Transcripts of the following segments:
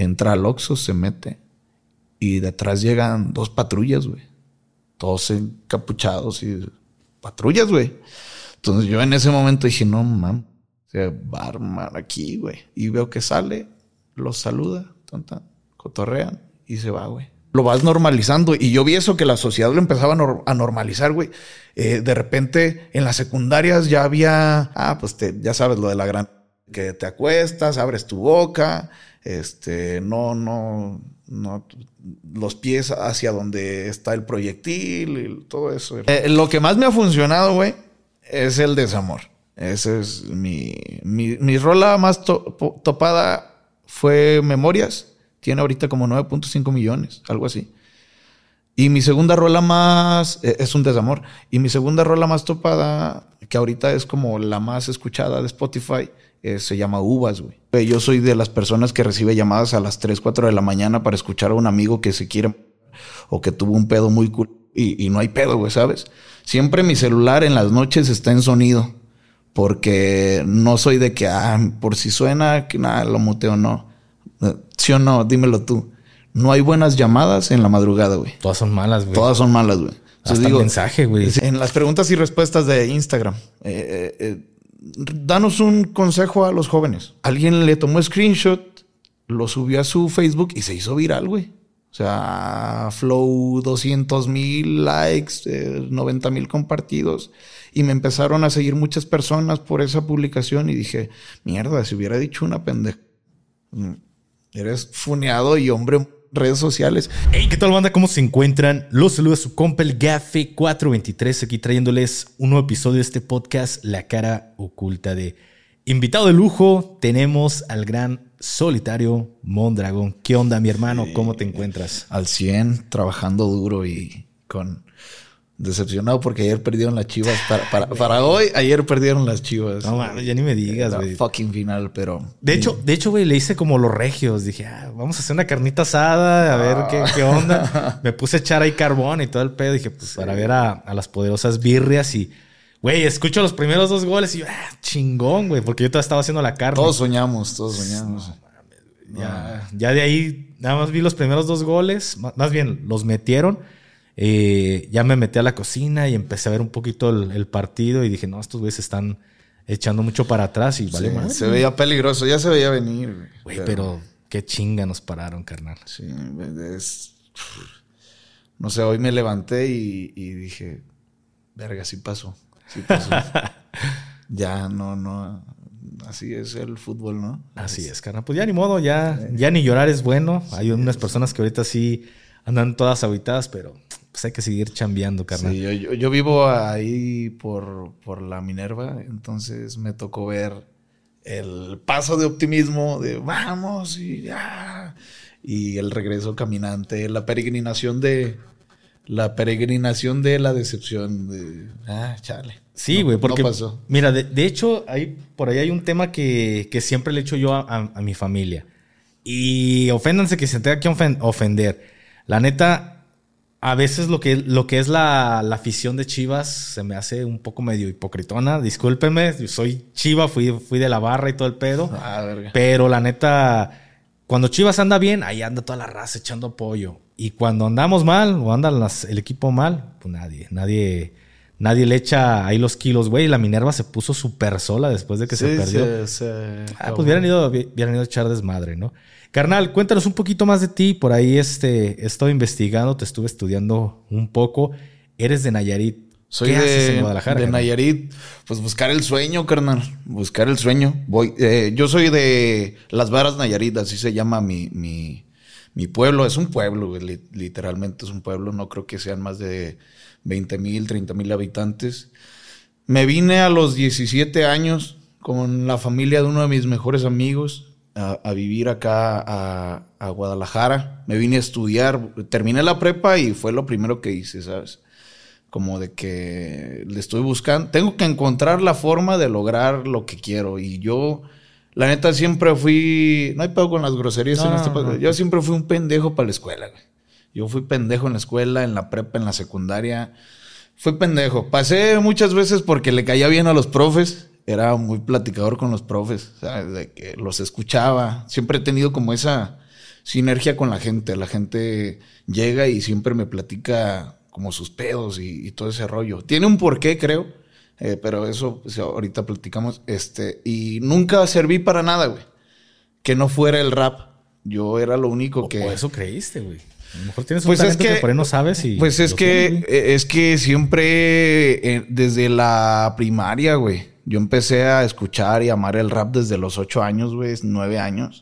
entra al Oxxo, se mete y detrás llegan 2 patrullas, güey. Todos encapuchados y patrullas, güey. Entonces yo en ese momento dije, no, man, se va a armar aquí, güey. Y veo que sale, los saluda, cotorrean y se va, güey. Lo vas normalizando. Y yo vi eso, que la sociedad lo empezaba a normalizar, güey. De repente en las secundarias ya había, ya sabes, lo de la gran, que te acuestas, abres tu boca, no, los pies hacia donde está el proyectil y todo eso. Lo que más me ha funcionado, güey, es el desamor. Ese es mi rola más topada fue Memorias. Tiene ahorita como 9.5 millones, algo así. Y mi segunda rola más es un desamor. Y mi segunda rola más topada, que ahorita es como la más escuchada de Spotify, se llama Uvas, güey. Yo soy de las personas que recibe llamadas a las 3, 4 de la mañana para escuchar a un amigo que se quiere o que tuvo un pedo muy cool. Y no hay pedo, güey, ¿sabes? Siempre mi celular en las noches está en sonido. Porque no soy de que, por si suena, que nada, lo muteo, no. ¿Sí o no? Dímelo tú. No hay buenas llamadas en la madrugada, güey. Todas son malas, güey. Todas son malas, güey. Hasta el mensaje, güey. En las preguntas y respuestas de Instagram, danos un consejo a los jóvenes. Alguien le tomó screenshot, lo subió a su Facebook y se hizo viral, güey. O sea, Flow, 200,000 likes, 90,000 compartidos. Y me empezaron a seguir muchas personas por esa publicación y dije, mierda, si hubiera dicho una pendeja. Eres funeado y hombre en redes sociales. Hey, ¿qué tal, banda? ¿Cómo se encuentran? Los saluda su compa el Gafe 423, aquí trayéndoles un nuevo episodio de este podcast, La Cara Oculta de invitado de lujo. Tenemos al gran Solitario Mondragón. ¿Qué onda, mi hermano? ¿Cómo te encuentras? Al 100, trabajando duro y con... Decepcionado porque ayer perdieron las Chivas. Para hoy, ayer perdieron las Chivas. No, mano, ya ni me digas, güey. Fucking final, pero... De hecho, güey, le hice como los regios. Dije, vamos a hacer una carnita asada, a ver qué onda. Me puse a echar ahí carbón y todo el pedo. Dije, pues, para ver a las poderosas birrias. Y, güey, escucho los primeros 2 goles y yo, chingón, güey. Porque yo todavía estaba haciendo la carne. Todos soñamos. No, ya de ahí, nada más vi los primeros 2 goles. Más bien, los metieron. Ya me metí a la cocina y empecé a ver un poquito el partido y dije, no, estos güeyes están echando mucho para atrás y vale más. Se veía peligroso, ya se veía venir. Güey, pero qué chinga nos pararon, carnal. Sí, no sé, hoy me levanté y dije, verga, sí pasó. Ya no, así es el fútbol, ¿no? Así es, carnal. Pues ya ni modo, ya ni llorar es bueno. Hay unas personas que ahorita sí andan todas aguitadas, pero pues hay que seguir chambeando, carnal. Sí, yo vivo ahí por la Minerva, entonces me tocó ver el paso de optimismo de vamos y ya. Y el regreso caminante, la peregrinación de la decepción de chale. Sí, güey, porque no pasó. Mira, de hecho, por ahí hay un tema que siempre le echo yo a mi familia. Y oféndanse que se tenga que ofender. La neta, a veces lo que es la afición de Chivas se me hace un poco medio hipocritona. Discúlpenme, yo soy Chiva, fui de la barra y todo el pedo. Verga. Pero la neta, cuando Chivas anda bien, ahí anda toda la raza echando apoyo. Y cuando andamos mal o anda el equipo mal, pues nadie le echa ahí los kilos, güey. La Minerva se puso súper sola después de que se perdió. Pues hubieran ido a echar desmadre, ¿no? Carnal, cuéntanos un poquito más de ti. Por ahí he estado investigando, te estuve estudiando un poco. Eres de Nayarit. Soy ¿Qué haces en Guadalajara? De Nayarit. Pues buscar el sueño, carnal. Buscar el sueño. Yo soy de Las Varas, Nayarit, así se llama mi pueblo. Es un pueblo, güey, literalmente es un pueblo. No creo que sean más de 20,000, 30,000 habitantes. Me vine a los 17 años con la familia de uno de mis mejores amigos a vivir acá a Guadalajara. Me vine a estudiar, terminé la prepa y fue lo primero que hice, ¿sabes? Como de que le estoy buscando, tengo que encontrar la forma de lograr lo que quiero. Y yo, la neta, siempre fui, no hay pedo con las groserías en este país. Yo siempre fui un pendejo para la escuela, güey. Yo fui pendejo en la escuela, en la prepa, en la secundaria. Fui pendejo. Pasé muchas veces porque le caía bien a los profes. Era muy platicador con los profes, ¿sabes? De que los escuchaba. Siempre he tenido como esa sinergia con la gente. La gente llega y siempre me platica como sus pedos y todo ese rollo. Tiene un porqué, creo, pero eso pues, ahorita platicamos. Y nunca serví para nada, güey, que no fuera el rap. Yo era lo único que... O eso creíste, güey. A lo mejor tienes un talento que por ahí no sabes y... Pues es que siempre, desde la primaria, güey, yo empecé a escuchar y amar el rap desde los 8 años, güey, 9 años.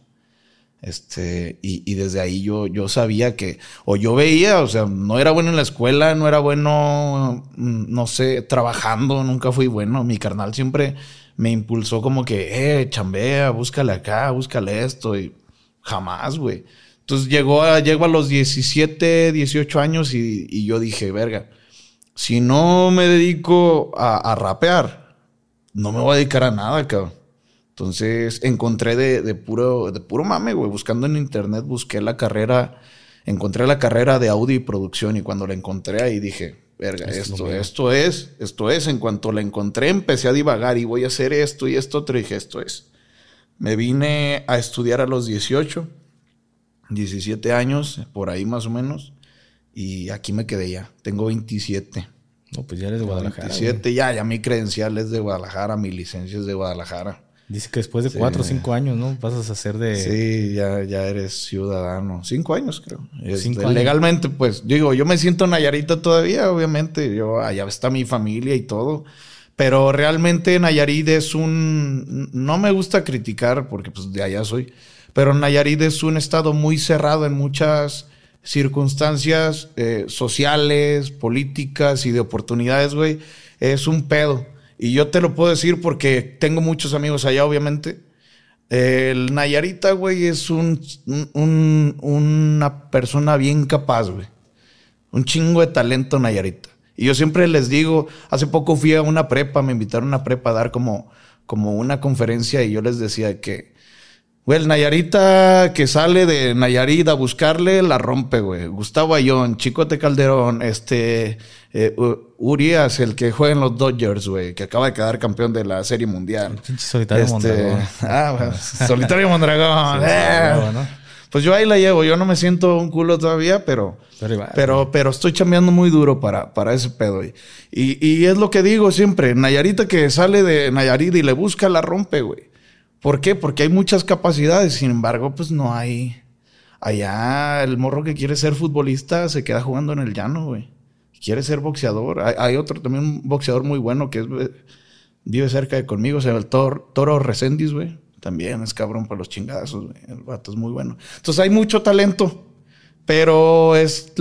Y desde ahí yo sabía que... O yo veía, o sea, no era bueno en la escuela, no era bueno, no sé, trabajando, nunca fui bueno. Mi carnal siempre me impulsó como que, chambea, búscale acá, búscale esto. Y jamás, güey. Entonces llego a los 17, 18 años y yo dije, verga, si no me dedico a rapear, no me voy a dedicar a nada, cabrón. Entonces encontré de puro mame, güey. Buscando en internet, encontré la carrera de audio y producción. Y cuando la encontré ahí dije, verga, esto es. En cuanto la encontré, empecé a divagar y voy a hacer esto y esto otro. Y dije, esto es. Me vine a estudiar a los 18, 17 años, por ahí más o menos. Y aquí me quedé ya. Tengo 27. No, pues ya eres de Guadalajara. 27, güey. Ya mi credencial es de Guadalajara, mi licencia es de Guadalajara. Dice que después de 4 o 5 años, ¿no? Pasas a ser de... Sí, ya eres ciudadano. 5 años, creo. 5 años. Legalmente, pues, digo, yo me siento Nayarita todavía, obviamente. Allá está mi familia y todo. Pero realmente Nayarit es no me gusta criticar porque pues de allá soy. Pero Nayarit es un estado muy cerrado en muchas circunstancias sociales, políticas y de oportunidades, güey. Es un pedo. Y yo te lo puedo decir porque tengo muchos amigos allá, obviamente. El Nayarita, güey, es una persona bien capaz, güey. Un chingo de talento Nayarita. Y yo siempre les digo, hace poco fui a una prepa, me invitaron a una prepa a dar como una conferencia y yo les decía que, güey, el Nayarita que sale de Nayarit a buscarle, la rompe, güey. Gustavo Ayón, Chicote Calderón, Urias, el que juega en los Dodgers, güey, que acaba de quedar campeón de la Serie Mundial. Solitario Mondragón. Bueno, Solitario Mondragón. ¿No? Pues yo ahí la llevo. Yo no me siento un culo todavía, pero estoy chambeando muy duro para ese pedo. Y es lo que digo siempre. Nayarita que sale de Nayarit y le busca, la rompe, güey. ¿Por qué? Porque hay muchas capacidades. Sin embargo, pues no hay... Allá el morro que quiere ser futbolista se queda jugando en el llano, güey. Quiere ser boxeador. Hay otro también, un boxeador muy bueno que vive cerca de conmigo. Se llama el Toro Reséndiz, güey. También es cabrón para los chingazos, güey. El vato es muy bueno. Entonces hay mucho talento. Pero es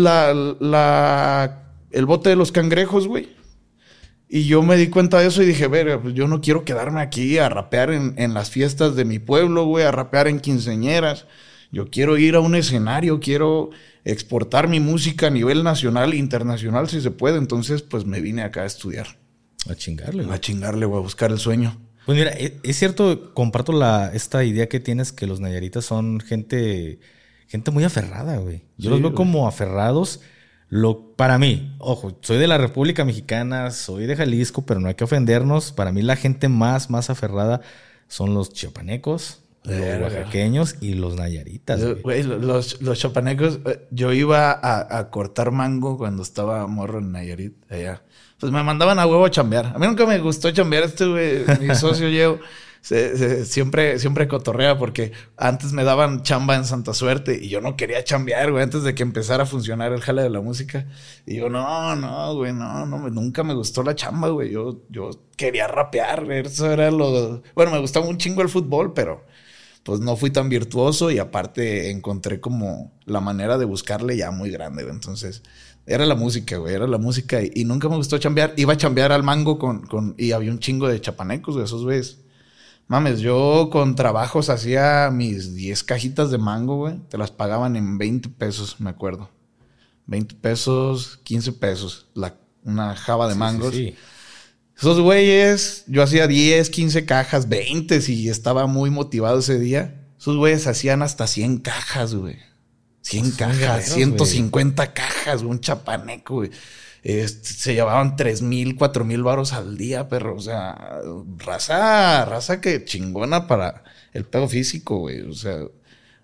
el bote de los cangrejos, güey. Y yo me di cuenta de eso y dije, verga, pues yo no quiero quedarme aquí a rapear en las fiestas de mi pueblo, güey. A rapear en quinceañeras. Yo quiero ir a un escenario, quiero exportar mi música a nivel nacional e internacional si se puede. Entonces, pues me vine acá a estudiar. A chingarle, güey. A chingarle, güey, a buscar el sueño. Pues mira, es cierto, comparto esta idea que tienes que los nayaritas son gente muy aferrada, güey. Yo los veo como aferrados. Para mí, ojo, soy de la República Mexicana, soy de Jalisco, pero no hay que ofendernos. Para mí la gente más aferrada son los chiapanecos, los oaxaqueños y los nayaritas. Güey, los chapanecos, yo iba a cortar mango cuando estaba morro en Nayarit, allá. Pues me mandaban a huevo a chambear. A mí nunca me gustó chambear. Güey, mi socio Diego, siempre cotorrea porque antes me daban chamba en Santa Suerte y yo no quería chambear, güey, antes de que empezara a funcionar el jale de la música. Y yo, no, güey, nunca me gustó la chamba, güey. Yo quería rapear, eso era Bueno, me gustaba un chingo el fútbol, pero pues no fui tan virtuoso y aparte encontré como la manera de buscarle ya muy grande, güey. Entonces... Era la música, güey, y nunca me gustó chambear. Iba a chambear al mango y había un chingo de chapanecos, de esos güeyes. Mames, yo con trabajos hacía mis 10 cajitas de mango, güey. Te las pagaban en 20 pesos, me acuerdo. 20 pesos, 15 pesos, una java de mangos. Sí. Esos güeyes, yo hacía 10, 15 cajas, 20 si estaba muy motivado ese día. Esos güeyes hacían hasta 100 cajas, güey. 100 cajas, 150 wey. Cajas, un chapaneco, güey. Se llevaban 3,000, 4,000 varos al día, perro. O sea, raza que chingona para el pedo físico, güey. O sea,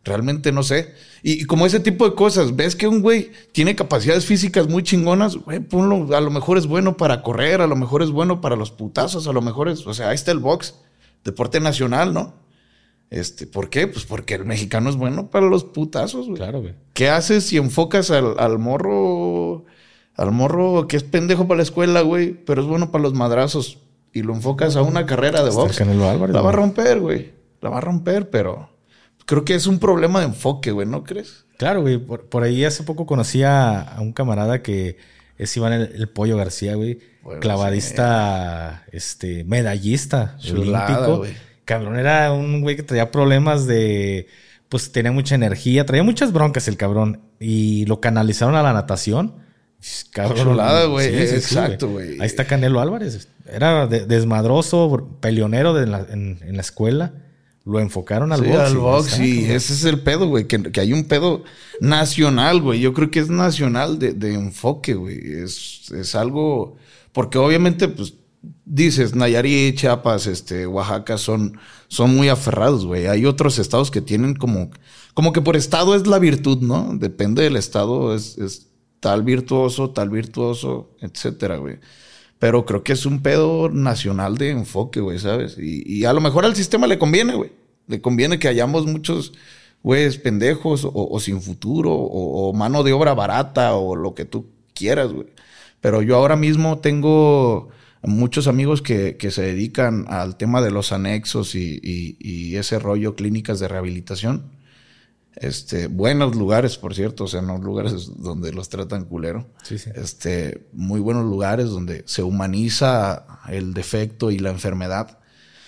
Realmente no sé. Y como ese tipo de cosas, ves que un güey tiene capacidades físicas muy chingonas, güey, ponlo, a lo mejor es bueno para correr, a lo mejor es bueno para los putazos, a lo mejor es, o sea, ahí está el box, deporte nacional, ¿no? ¿Por qué? Pues porque el mexicano es bueno para los putazos, güey. Claro, güey. ¿Qué haces si enfocas al morro que es pendejo para la escuela, güey, pero es bueno para los madrazos y lo enfocas a una carrera de box? Canelo Álvarez, la va a romper, güey. La va a romper, pero creo que es un problema de enfoque, güey, ¿no crees? Claro, güey. Por ahí hace poco conocí a un camarada que es Iván el Pollo García, güey. Bueno, clavadista, sí. Medallista olímpico. Güey. Cabrón, era un güey que traía problemas de... Pues tenía mucha energía, traía muchas broncas el cabrón. Y lo canalizaron a la natación. Cabrón. Chulada, güey. Sí, exacto, güey. Ahí está Canelo Álvarez. Era desmadroso, peleonero en la escuela. Lo enfocaron al box. Al box, sí. Ese es el pedo, güey. Que hay un pedo nacional, güey. Yo creo que es nacional de enfoque, güey. Es algo... Porque obviamente, pues, dices, Nayarit, Chiapas, Oaxaca son muy aferrados, güey. Hay otros estados que tienen como que por estado es la virtud, ¿no? Depende del estado, es tal virtuoso, etcétera, güey. Pero creo que es un pedo nacional de enfoque, güey, ¿sabes? Y a lo mejor al sistema le conviene, güey. Le conviene que hayamos muchos güeyes pendejos o sin futuro o mano de obra barata o lo que tú quieras, güey. Pero yo ahora mismo tengo muchos amigos que se dedican al tema de los anexos y ese rollo, clínicas de rehabilitación. Buenos lugares, por cierto, o sea, no lugares donde los tratan culero. Sí. Muy buenos lugares donde se humaniza el defecto y la enfermedad.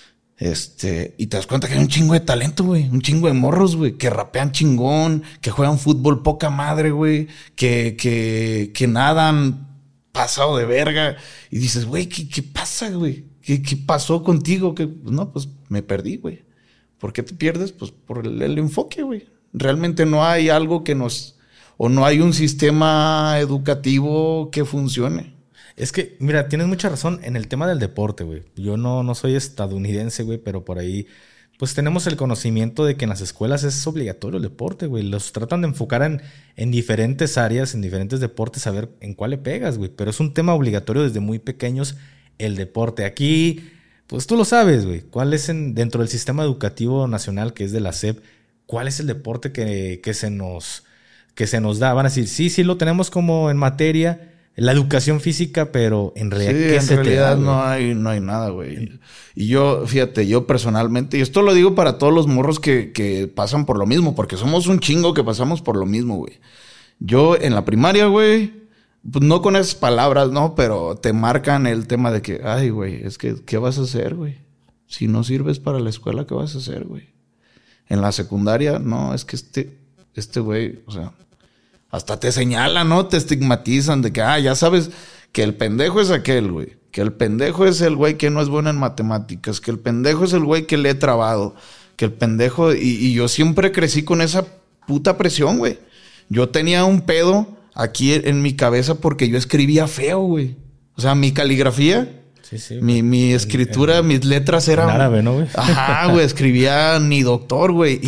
Y te das cuenta que hay un chingo de talento, güey. Un chingo de morros, güey, que rapean chingón, que juegan fútbol poca madre, güey, que nadan pasado de verga. Y dices, güey, ¿qué pasa, güey? ¿Qué pasó contigo? No, pues me perdí, güey. ¿Por qué te pierdes? Pues por el enfoque, güey. Realmente no hay algo no hay un sistema educativo que funcione. Es que, mira, tienes mucha razón en el tema del deporte, güey. Yo no soy estadounidense, güey, pero por ahí, pues tenemos el conocimiento de que en las escuelas es obligatorio el deporte, güey. Los tratan de enfocar en diferentes áreas, en diferentes deportes, a ver en cuál le pegas, güey. Pero es un tema obligatorio desde muy pequeños el deporte. Aquí, pues tú lo sabes, güey. ¿Cuál es dentro del sistema educativo nacional que es de la SEP? ¿Cuál es el deporte que se nos da? Van a decir, sí, lo tenemos como en materia, la educación física, pero en realidad, sí, en realidad no hay nada, güey. Y yo, fíjate, yo personalmente, y esto lo digo para todos los morros que pasan por lo mismo, porque somos un chingo que pasamos por lo mismo, güey. Yo en la primaria, güey, pues no con esas palabras, ¿no? Pero te marcan el tema de que, ay, güey, es que, ¿qué vas a hacer, güey? Si no sirves para la escuela, ¿qué vas a hacer, güey? En la secundaria, no, es que este güey, o sea, hasta te señalan, ¿no? Te estigmatizan de que, ya sabes que el pendejo es aquel, güey. Que el pendejo es el güey que no es bueno en matemáticas. Que el pendejo es el güey que lee trabado. Que el pendejo... Y yo siempre crecí con esa puta presión, güey. Yo tenía un pedo aquí en mi cabeza porque yo escribía feo, güey. O sea, mi caligrafía... Sí, mi escritura, mis letras eran... En árabe, ¿no, güey? Ajá, güey. Escribía ni doctor, güey.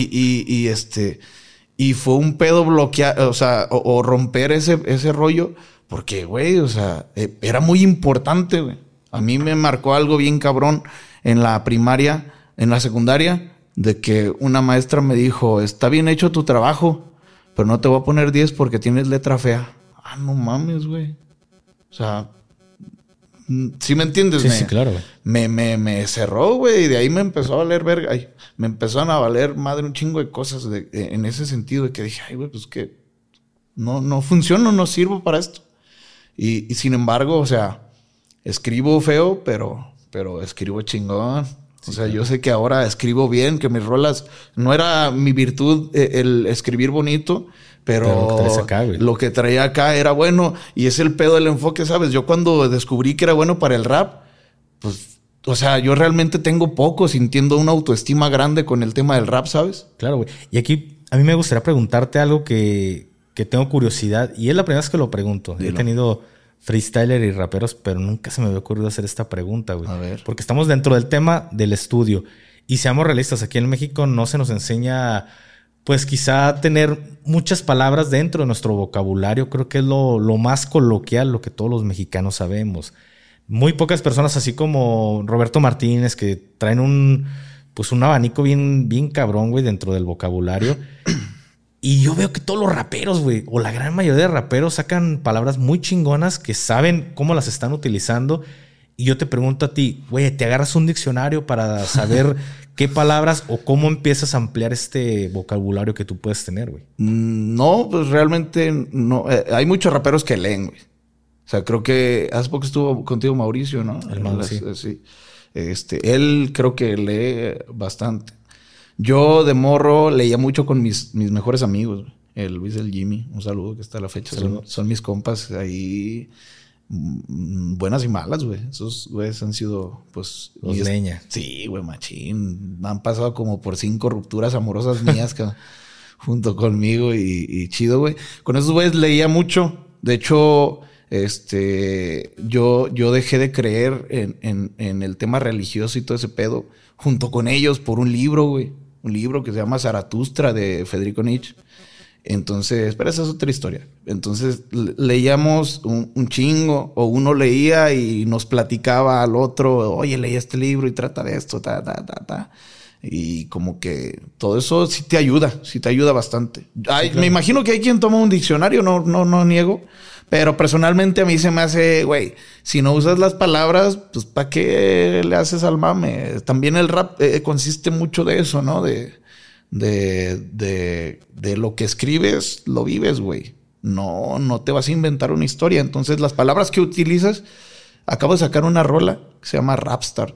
Y fue un pedo bloquear, o sea, o romper ese rollo. Porque, güey, o sea, era muy importante, güey. A mí me marcó algo bien cabrón en la primaria, en la secundaria, de que una maestra me dijo, está bien hecho tu trabajo, pero no te voy a poner 10 porque tienes letra fea. No mames, güey. O sea... ¿Sí me entiendes? Sí, claro, güey. Me cerró, güey, y de ahí me empezó a valer verga. Me empezaron a valer madre un chingo de cosas en ese sentido, de que dije, ay, güey, pues que no funciono, no sirvo para esto. Y sin embargo, o sea, escribo feo, pero escribo chingón. O sea, yo sé que ahora escribo bien, que mis rolas no era mi virtud el escribir bonito, pero lo que traía acá era bueno. Y es el pedo del enfoque, ¿sabes? Yo cuando descubrí que era bueno para el rap, pues, o sea, yo realmente tengo poco sintiendo una autoestima grande con el tema del rap, ¿sabes? Claro, güey. Y aquí a mí me gustaría preguntarte algo que tengo curiosidad. Y es la primera vez que lo pregunto. Dilo. He tenido freestyler y raperos, pero nunca se me había ocurrido hacer esta pregunta, güey. A ver. Porque estamos dentro del tema del estudio. Y seamos realistas, aquí en México no se nos enseña pues quizá tener muchas palabras dentro de nuestro vocabulario. Creo que es lo más coloquial, lo que todos los mexicanos sabemos. Muy pocas personas, así como Roberto Martínez, que traen un abanico bien cabrón, güey, dentro del vocabulario. Y yo veo que todos los raperos, güey, o la gran mayoría de raperos sacan palabras muy chingonas que saben cómo las están utilizando. Y yo te pregunto a ti, güey, ¿te agarras un diccionario para saber qué palabras o cómo empiezas a ampliar este vocabulario que tú puedes tener, güey? No, pues realmente no. Hay muchos raperos que leen, güey. O sea, creo que hace poco estuvo contigo Mauricio, ¿no? Hermano, sí. Sí. Él creo que lee bastante. Yo de morro leía mucho con mis mejores amigos, güey. El Luis, el Jimmy, un saludo que está a la fecha. Son mis compas ahí, buenas y malas, güey. Esos güeyes han sido, pues... Los leña. Sí, güey, machín. Han pasado como por 5 rupturas amorosas mías junto conmigo y chido, güey. Con esos güeyes leía mucho. De hecho... yo dejé de creer en el tema religioso y todo ese pedo junto con ellos por un libro, güey. Un libro que se llama Zaratustra de Federico Nietzsche. Entonces, pero esa es otra historia. Entonces leíamos un chingo, o uno leía y nos platicaba al otro, oye, leí este libro y trata de esto, Y como que todo eso sí te ayuda bastante. Ay, claro. Me imagino que hay quien toma un diccionario, no niego. Pero personalmente a mí se me hace, güey, si no usas las palabras, pues ¿para qué le haces al mame? También el rap consiste mucho de eso, ¿no? De lo que escribes, lo vives, güey. No te vas a inventar una historia. Entonces las palabras que utilizas, acabo de sacar una rola que se llama Rapstar.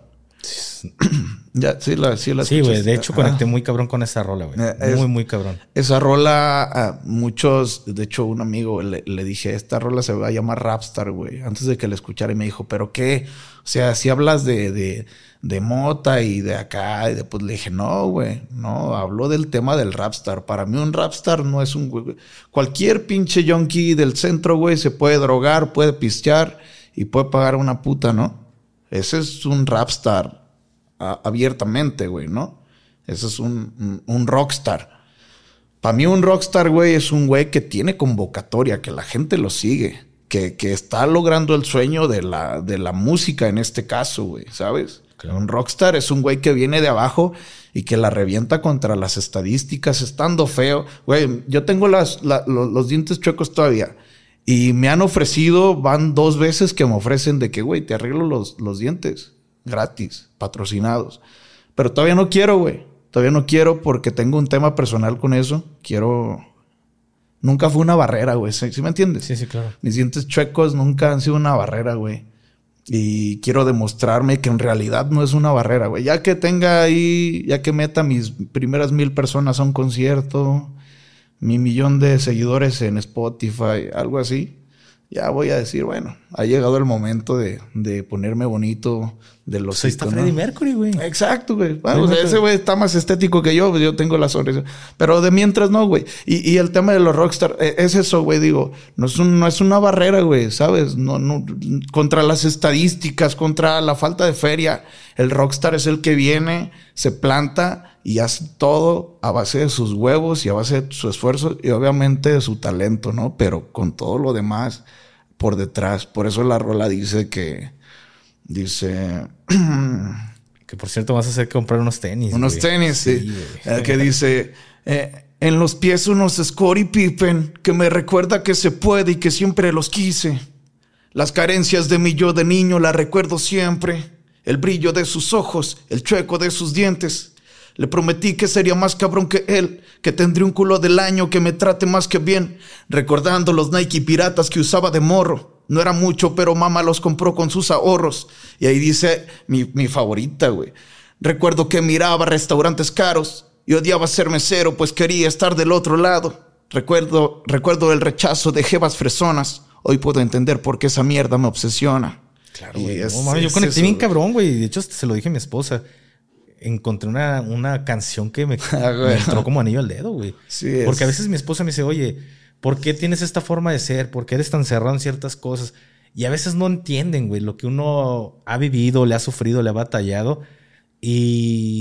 Ya, sí, güey. De hecho, conecté muy cabrón con esa rola, güey. Muy cabrón. Esa rola, a muchos, de hecho, un amigo le dije, esta rola se va a llamar Rapstar, güey. Antes de que la escuchara, y me dijo, ¿pero qué? O sea, si hablas de mota y de acá, y después le dije, no, güey, no, hablo del tema del Rapstar. Para mí un Rapstar no es un güey. Cualquier pinche yonki del centro, güey, se puede drogar, puede pistear y puede pagar una puta, ¿no? Ese es un Rapstar. Abiertamente, güey, ¿no? Ese es un rockstar. Para mí un rockstar, güey, es un güey que tiene convocatoria, que la gente lo sigue, que está logrando el sueño de la música en este caso, güey, ¿sabes? Claro. Un rockstar es un güey que viene de abajo y que la revienta contra las estadísticas, estando feo. Güey, yo tengo los dientes chuecos todavía y me han ofrecido, van 2 veces que me ofrecen de que, güey, te arreglo los dientes. Gratis, patrocinados. Pero todavía no quiero, güey. Todavía no quiero porque tengo un tema personal con eso. Nunca fue una barrera, güey. ¿Sí me entiendes? Sí, claro. Mis dientes chuecos nunca han sido una barrera, güey. Y quiero demostrarme que en realidad no es una barrera, güey. Ya que meta mis primeras 1000 personas a un concierto, mi 1,000,000 de seguidores en Spotify, algo así. Ya voy a decir, bueno, ha llegado el momento de ponerme bonito de los... Ahí está Freddie Mercury, güey. Exacto, güey. Bueno, ese güey está más estético que yo. Yo tengo la sonrisa. Pero de mientras no, güey. Y el tema de los rockstar es eso, güey. Digo, no es una barrera, güey, ¿sabes? No, contra las estadísticas, contra la falta de feria. El rockstar es el que viene, se planta y hace todo a base de sus huevos y a base de su esfuerzo y obviamente de su talento, ¿no? Pero con todo lo demás por detrás. Por eso la rola dice que por cierto vas a hacer comprar unos tenis. Unos tenis, sí. Que dice, en los pies unos Scottie Pippen, que me recuerda que se puede y que siempre los quise. Las carencias de mi yo de niño la recuerdo siempre. El brillo de sus ojos, el chueco de sus dientes. Le prometí que sería más cabrón que él, que tendría un culo del año, que me trate más que bien. Recordando los Nike piratas que usaba de morro. No era mucho, pero mamá los compró con sus ahorros. Y ahí dice mi favorita, güey. Recuerdo que miraba restaurantes caros y odiaba ser mesero, pues quería estar del otro lado. Recuerdo el rechazo de jevas fresonas. Hoy puedo entender por qué esa mierda me obsesiona. Claro, güey. Yo conecté bien cabrón, güey. De hecho, se lo dije a mi esposa. Encontré una canción que me entró como anillo al dedo, güey. Sí, porque a veces mi esposa me dice, oye, ¿por qué tienes esta forma de ser? ¿Por qué eres tan cerrado en ciertas cosas? Y a veces no entienden, güey, lo que uno ha vivido, le ha sufrido, le ha batallado. Y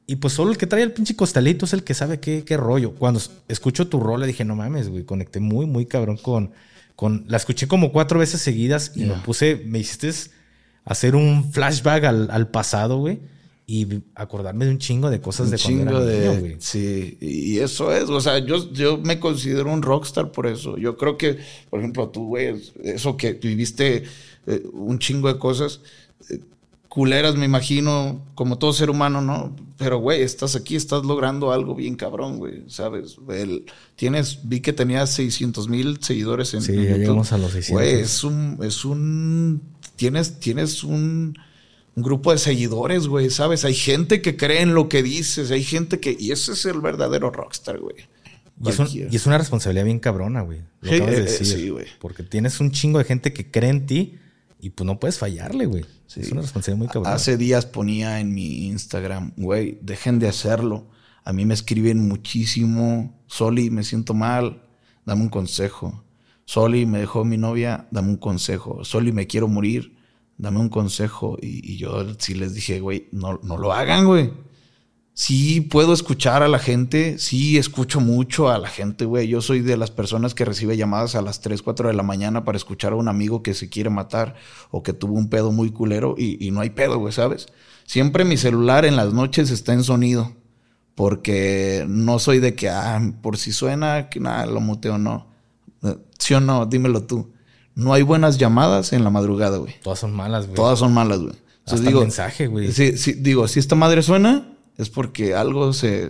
Y pues solo el que trae el pinche costalito es el que sabe qué rollo. Cuando escucho tu rola dije, no mames, güey, conecté muy, muy cabrón con... La escuché como 4 veces seguidas y me hiciste hacer un flashback al pasado, güey. Y acordarme de un chingo de cosas de cuando era niño, güey. Sí, y eso es, o sea, yo me considero un rockstar por eso. Yo creo que, por ejemplo, tú, güey, eso que viviste un chingo de cosas culeras, me imagino, como todo ser humano, ¿no? Pero, güey, estás aquí, estás logrando algo bien cabrón, güey, ¿sabes? Vi que tenías 600,000 seguidores en YouTube. Sí, ya llegamos a los 600. Güey, tienes un grupo de seguidores, güey, ¿sabes? Hay gente que cree en lo que dices, hay gente que... Y ese es el verdadero rockstar, güey. Y es una responsabilidad bien cabrona, güey. Lo acabas de decir. Sí, güey. Porque tienes un chingo de gente que cree en ti y pues no puedes fallarle, güey. Sí. Es una responsabilidad muy cabrona. Hace días ponía en mi Instagram, güey, dejen de hacerlo. A mí me escriben muchísimo. Soli, me siento mal, dame un consejo. Soli, me dejó mi novia, dame un consejo. Soli, me quiero morir, dame un consejo. Y yo sí les dije, güey, no lo hagan, güey. Sí puedo escuchar a la gente, sí escucho mucho a la gente, güey. Yo soy de las personas que recibe llamadas a las 3, 4 de la mañana para escuchar a un amigo que se quiere matar o que tuvo un pedo muy culero y no hay pedo, güey, ¿sabes? Siempre mi celular en las noches está en sonido porque no soy de que, por si suena, que nada, lo muteo, no. ¿Sí o no? Dímelo tú. No hay buenas llamadas en la madrugada, güey. Todas son malas, güey. Todas son malas, güey. Entonces digo, mensaje, güey. Sí, digo, si esta madre suena, es porque algo se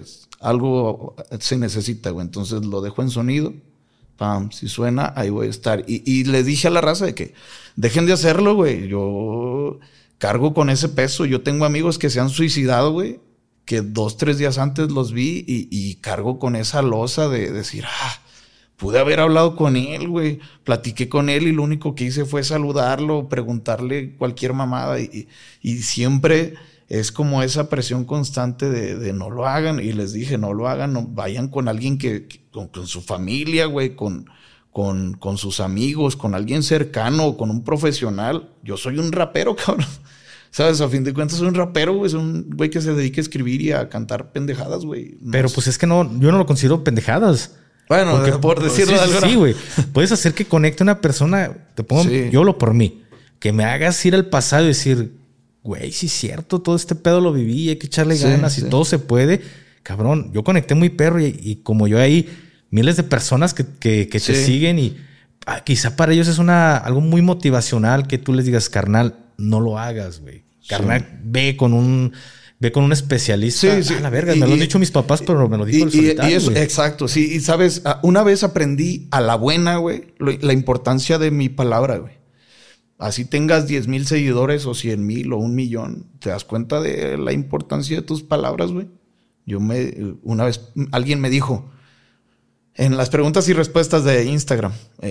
necesita, güey. Entonces lo dejo en sonido. Pam, si suena, ahí voy a estar. Y les dije a la raza de que dejen de hacerlo, güey. Yo cargo con ese peso. Yo tengo amigos que se han suicidado, güey, que 2, 3 días antes los vi y cargo con esa losa de decir, pude haber hablado con él, güey. Platiqué con él y lo único que hice fue saludarlo, preguntarle cualquier mamada. Y siempre es como esa presión constante de no lo hagan. Y les dije, no lo hagan, no, vayan con alguien con su familia, güey, con sus amigos, con alguien cercano, con un profesional. Yo soy un rapero, cabrón. ¿Sabes? A fin de cuentas soy un rapero, güey. Soy un güey que se dedica a escribir y a cantar pendejadas, güey. Pero pues es que yo no lo considero pendejadas. Bueno, porque, por decirlo de alguna. Sí, güey. Puedes hacer que conecte a una persona, yo hablo por mí, que me hagas ir al pasado y decir, güey, sí es cierto, todo este pedo lo viví, hay que echarle ganas y todo se puede. Cabrón, yo conecté muy perro y como yo hay miles de personas que te siguen y quizá para ellos es algo muy motivacional que tú les digas, carnal, no lo hagas, güey. Carnal, ve con un especialista. Sí. La verga, me lo han dicho mis papás, pero me lo dijo el solitario. Y eso, exacto, sí. Y sabes, una vez aprendí a la buena, güey, la importancia de mi palabra, güey. Así tengas 10,000 seguidores o 100,000 o 1,000,000, ¿te das cuenta de la importancia de tus palabras, güey? Una vez alguien me dijo, en las preguntas y respuestas de Instagram,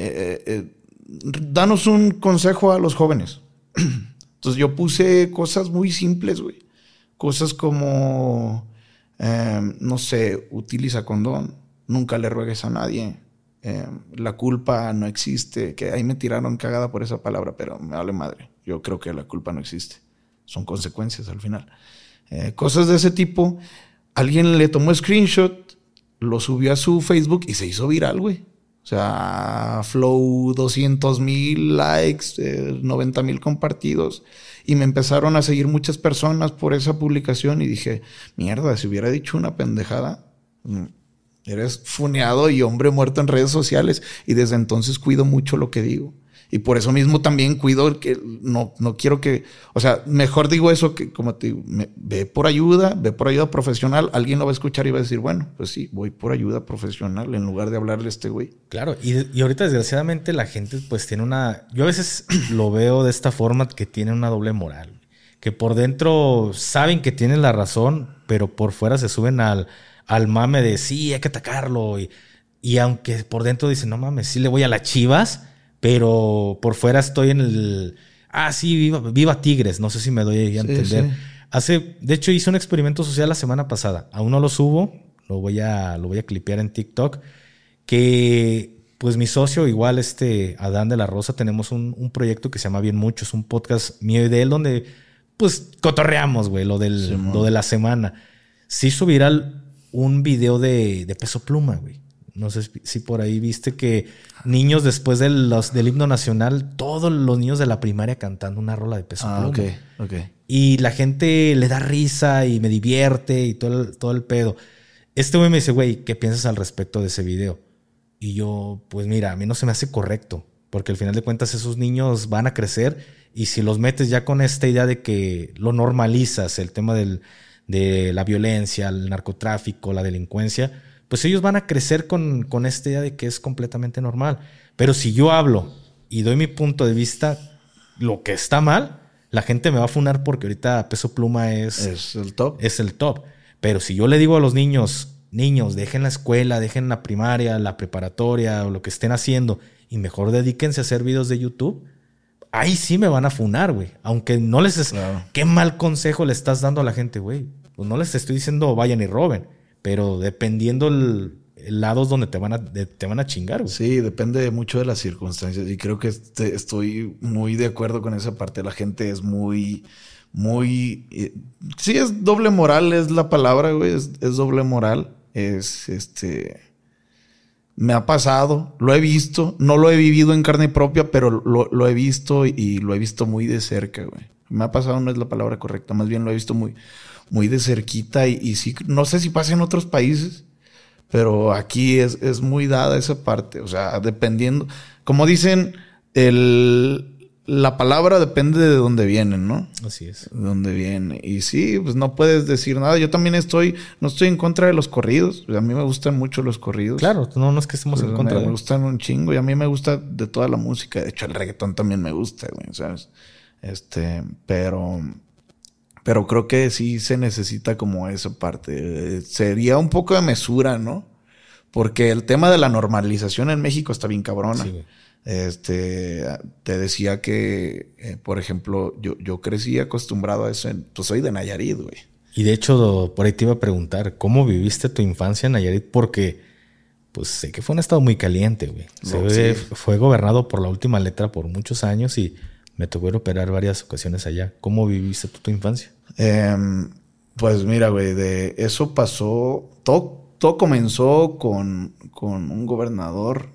danos un consejo a los jóvenes. Entonces yo puse cosas muy simples, güey. Cosas como, no sé, utiliza condón, nunca le ruegues a nadie, la culpa no existe, que ahí me tiraron cagada por esa palabra, pero me vale madre. Yo creo que la culpa no existe. Son consecuencias al final. Cosas de ese tipo. Alguien le tomó screenshot, lo subió a su Facebook y se hizo viral, güey. O sea, Flow, 200,000 likes, 90,000 compartidos. Y me empezaron a seguir muchas personas por esa publicación y dije, mierda, si hubiera dicho una pendejada, eres funeado y hombre muerto en redes sociales. Y desde entonces cuido mucho lo que digo. Y por eso mismo también cuido que no quiero que... O sea, mejor digo eso que como te digo, ve por ayuda profesional. Alguien lo va a escuchar y va a decir, bueno, pues sí, voy por ayuda profesional en lugar de hablarle a este güey. Claro, y ahorita desgraciadamente la gente pues tiene yo a veces lo veo de esta forma que tiene una doble moral. Que por dentro saben que tienen la razón, pero por fuera se suben al mame de sí, hay que atacarlo. Y aunque por dentro dicen, no mames, sí le voy a las Chivas... Pero por fuera estoy en el... sí, viva Tigres. No sé si me doy a entender. Sí. De hecho, hice un experimento social la semana pasada. Aún no lo subo. Lo voy a clipear en TikTok. Que, pues, mi socio, igual Adán de la Rosa, tenemos un proyecto que se llama Bien Mucho. Es un podcast mío y de él donde, pues, cotorreamos, güey, lo de la semana. se hizo viral un video de Peso Pluma, güey. No sé si por ahí viste que niños después del himno nacional, todos los niños de la primaria cantando una rola de Peso Pluma. Ok. Y la gente le da risa y me divierte y todo el pedo. Este güey me dice, güey, ¿qué piensas al respecto de ese video? Y yo, pues mira, a mí no se me hace correcto. Porque al final de cuentas esos niños van a crecer y si los metes ya con esta idea de que lo normalizas, el tema de la violencia, el narcotráfico, la delincuencia, pues ellos van a crecer con esta idea de que es completamente normal. Pero si yo hablo y doy mi punto de vista, lo que está mal, la gente me va a funar porque ahorita Peso Pluma es el top. Es el top. Pero si yo le digo a los niños, dejen la escuela, dejen la primaria, la preparatoria o lo que estén haciendo y mejor dedíquense a hacer videos de YouTube, ahí sí me van a funar, güey. Aunque no les... Claro. ¿Qué mal consejo le estás dando a la gente, güey? Pues no les estoy diciendo vayan y roben, pero dependiendo el lado donde te van a chingar, güey. Sí, depende mucho de las circunstancias y creo que estoy muy de acuerdo con esa parte. La gente es muy... sí, es doble moral, es la palabra, güey. Es doble moral. Me ha pasado, lo he visto, no lo he vivido en carne propia, pero lo he visto y lo he visto muy de cerca, güey. Me ha pasado, no es la palabra correcta, más bien lo he visto muy, muy de cerquita y sí, no sé si pasa en otros países, pero aquí es muy dada esa parte. O sea, dependiendo, como dicen, la palabra depende de dónde vienen, ¿no? Así es. De dónde viene. Y sí, pues no puedes decir nada. Yo también no estoy en contra de los corridos. A mí me gustan mucho los corridos. Claro, no es que estemos en contra. Me gustan un chingo y a mí me gusta de toda la música. De hecho, el reggaetón también me gusta, güey, ¿sabes? Pero creo que sí se necesita como esa parte. Sería un poco de mesura, ¿no? Porque el tema de la normalización en México está bien cabrona. Sí, güey. Te decía que, por ejemplo, yo crecí acostumbrado a eso. Pues soy de Nayarit, güey. Y de hecho, por ahí te iba a preguntar, ¿cómo viviste tu infancia en Nayarit? Porque, pues, sé que fue un estado muy caliente, güey. Sí. Fue gobernado por la última letra por muchos años y me tocó ir a operar varias ocasiones allá. ¿Cómo viviste tu infancia? Pues mira, güey, de eso pasó... Todo comenzó con un gobernador...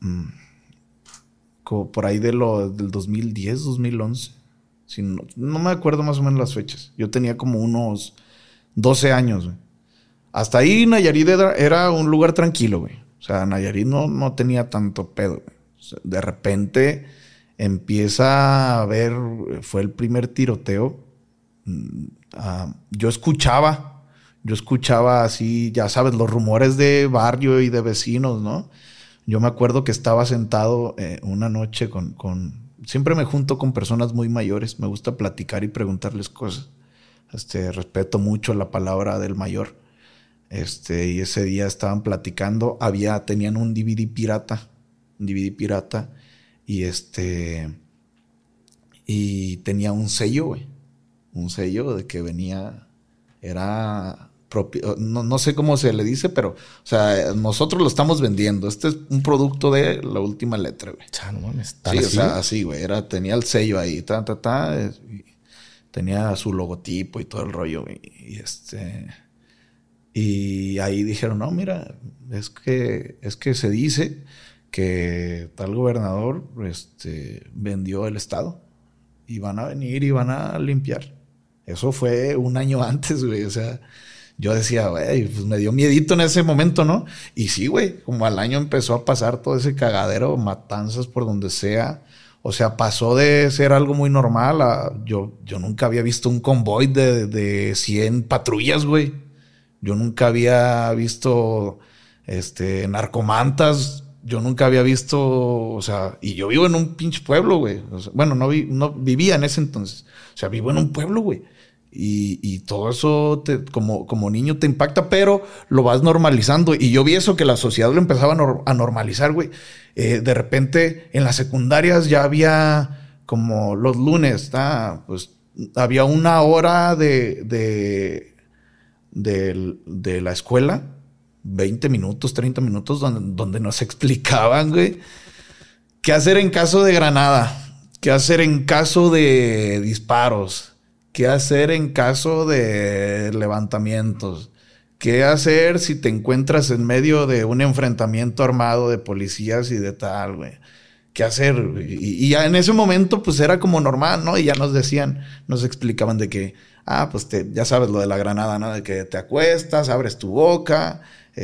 por ahí del 2010, 2011. Si no me acuerdo más o menos las fechas. Yo tenía como unos 12 años, güey. Hasta ahí Nayarit era un lugar tranquilo, güey. O sea, Nayarit no tenía tanto pedo, güey. O sea, de repente empieza a haber... Fue el primer tiroteo. Yo escuchaba así, ya sabes, los rumores de barrio y de vecinos, ¿no? Yo me acuerdo que estaba sentado una noche siempre me junto con personas muy mayores. Me gusta platicar y preguntarles cosas. Respeto mucho la palabra del mayor. Y ese día estaban platicando. Tenían un DVD pirata. Y tenía un sello, güey. Un sello de que venía... Era... No sé cómo se le dice, pero, o sea, nosotros lo estamos vendiendo. Este es un producto de la última letra, güey. No mames, sí, así, o sea, así, güey. Tenía el sello ahí, y tenía su logotipo y todo el rollo, güey. Y ahí dijeron, no, mira, es que se dice que tal gobernador, vendió el estado y van a venir y van a limpiar. Eso fue un año antes, güey, o sea... Yo decía, güey, pues me dio miedito en ese momento, ¿no? Y sí, güey, como al año empezó a pasar todo ese cagadero, matanzas por donde sea. O sea, pasó de ser algo muy normal a... Yo nunca había visto un convoy de 100 patrullas, güey. Yo nunca había visto narcomantas. Yo nunca había visto... O sea, y yo vivo en un pinche pueblo, güey. O sea, bueno, no vivía en ese entonces. O sea, vivo en un pueblo, güey. Y todo eso como niño te impacta, pero lo vas normalizando. Y yo vi eso, que la sociedad lo empezaba a normalizar, güey. De repente en las secundarias ya había como los lunes, pues había una hora de la escuela, 20 minutos, 30 minutos, donde nos explicaban, güey, qué hacer en caso de granada, qué hacer en caso de disparos, qué hacer en caso de levantamientos, ¿Qué hacer si te encuentras en medio de un enfrentamiento armado de policías y de tal, güey? ¿Qué hacer? Y ya en ese momento, pues era como normal, ¿no? Y ya nos decían, nos explicaban de que, pues ya sabes lo de la granada, ¿no? De que te acuestas, abres tu boca,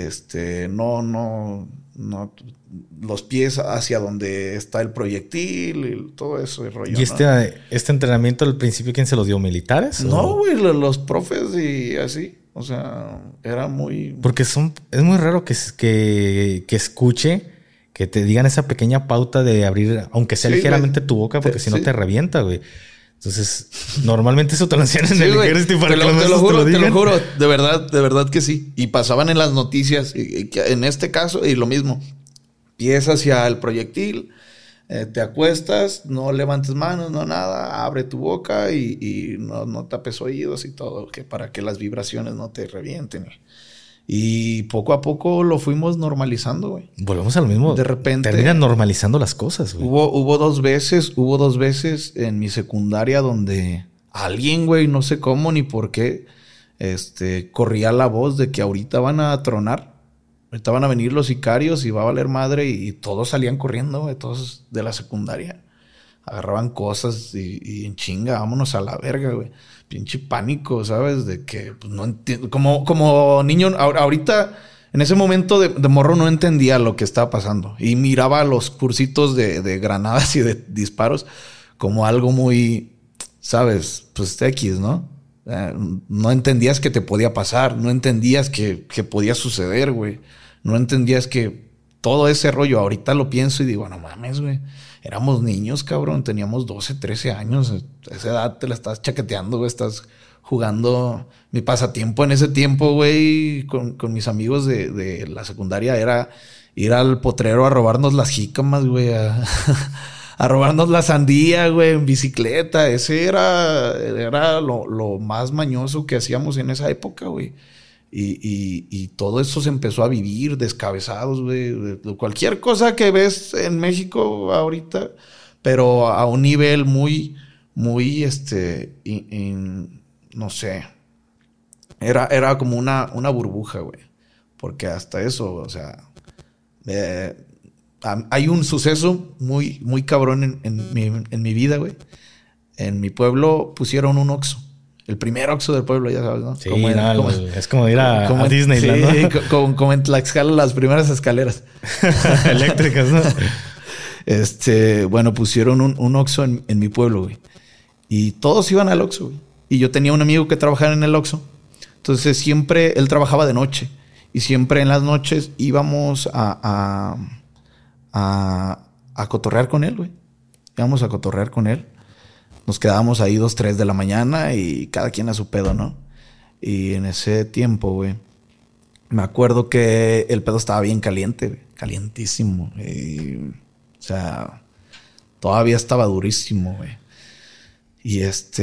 no, los pies hacia donde está el proyectil y todo eso, el rollo. ¿Y este entrenamiento al principio quién se los dio? ¿Militares? No, güey, los profes y así. O sea, era muy... Porque es muy raro que escuche, que te digan esa pequeña pauta de abrir, aunque sea ligeramente tu boca, porque si no te revienta, güey. Entonces, normalmente eso te lo hacían en el ejército y para que te lo juro, de verdad que sí. Y pasaban en las noticias, y en este caso, y lo mismo. Pies hacia el proyectil, te acuestas, no levantes manos, no nada, abre tu boca y no tapes oídos y todo, que para que las vibraciones no te revienten. Y poco a poco lo fuimos normalizando, güey. Volvemos a lo mismo. De repente terminan normalizando las cosas, güey. Hubo dos veces en mi secundaria donde alguien, güey, no sé cómo ni por qué, corría la voz de que ahorita van a tronar. Ahorita van a venir los sicarios y va a valer madre. Y todos salían corriendo, güey, todos de la secundaria. Agarraban cosas y en chinga, vámonos a la verga, güey. Pinche pánico, ¿sabes? De que pues, no entiendo. Como niño, ahorita, en ese momento de morro no entendía lo que estaba pasando. Y miraba los cursitos de granadas y de disparos como algo muy, ¿sabes? Pues X, ¿no? No entendías que te podía pasar. No entendías que podía suceder, güey. No entendías que todo ese rollo. Ahorita lo pienso y digo, no mames, güey. Éramos niños, cabrón. Teníamos 12, 13 años. A esa edad te la estás chaqueteando, güey. Estás jugando. Mi pasatiempo en ese tiempo, güey, con mis amigos de la secundaria era ir al potrero a robarnos las jícamas, güey. A robarnos la sandía, güey, en bicicleta. Ese era lo más mañoso que hacíamos en esa época, güey. Y todo eso se empezó a vivir descabezados, güey. Cualquier cosa que ves en México ahorita, pero a un nivel muy, muy, no sé. Era como una burbuja, güey. Porque hasta eso, o sea, hay un suceso muy, muy cabrón en mi vida, güey. En mi pueblo pusieron un Oxxo. El primer Oxxo del pueblo, ya sabes, ¿no? Sí, es como ir a Disneyland, sí, ¿no? Como en Tlaxcala, las primeras escaleras. Eléctricas, ¿no? Bueno, pusieron un Oxxo en mi pueblo, güey. Y todos iban al Oxxo, güey. Y yo tenía un amigo que trabajaba en el Oxxo. Entonces siempre, él trabajaba de noche. Y siempre en las noches íbamos a cotorrear con él, güey. Íbamos a cotorrear con él. Nos quedábamos ahí 2, 3 de la mañana y cada quien a su pedo, ¿no? Y en ese tiempo, güey, me acuerdo que el pedo estaba bien caliente, güey. Calientísimo. O sea, todavía estaba durísimo, güey. Y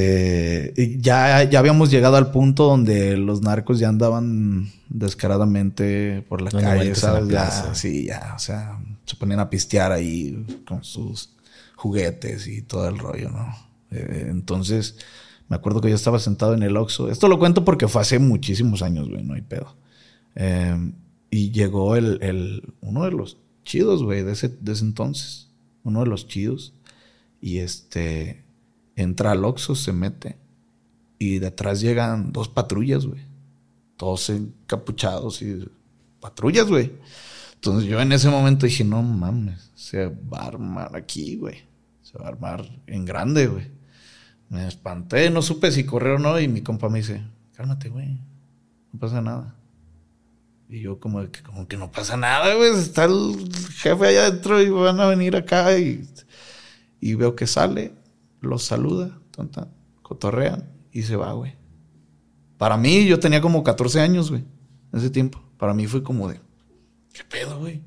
ya habíamos llegado al punto donde los narcos ya andaban descaradamente por la calle, ¿sabes? Ya, o sea, se ponían a pistear ahí con sus juguetes y todo el rollo, ¿no? Entonces, me acuerdo que yo estaba sentado en el Oxxo. Esto lo cuento porque fue hace muchísimos años, güey, no hay pedo. Y llegó uno de los chidos, güey, de ese entonces. Uno de los chidos. Y entra al Oxxo, se mete. Y de atrás llegan 2 patrullas, güey. Todos encapuchados y patrullas, güey. Entonces yo en ese momento dije, no mames, se va a armar aquí, güey. Se va a armar en grande, güey. Me espanté, no supe si correr o no. Y mi compa me dice, cálmate, güey. No pasa nada. Y yo como que no pasa nada, güey. Está el jefe allá adentro y van a venir acá. Y veo que sale, los saluda, cotorrean y se va, güey. Para mí, yo tenía como 14 años, güey. En ese tiempo. Para mí fue como de, ¿qué pedo, güey?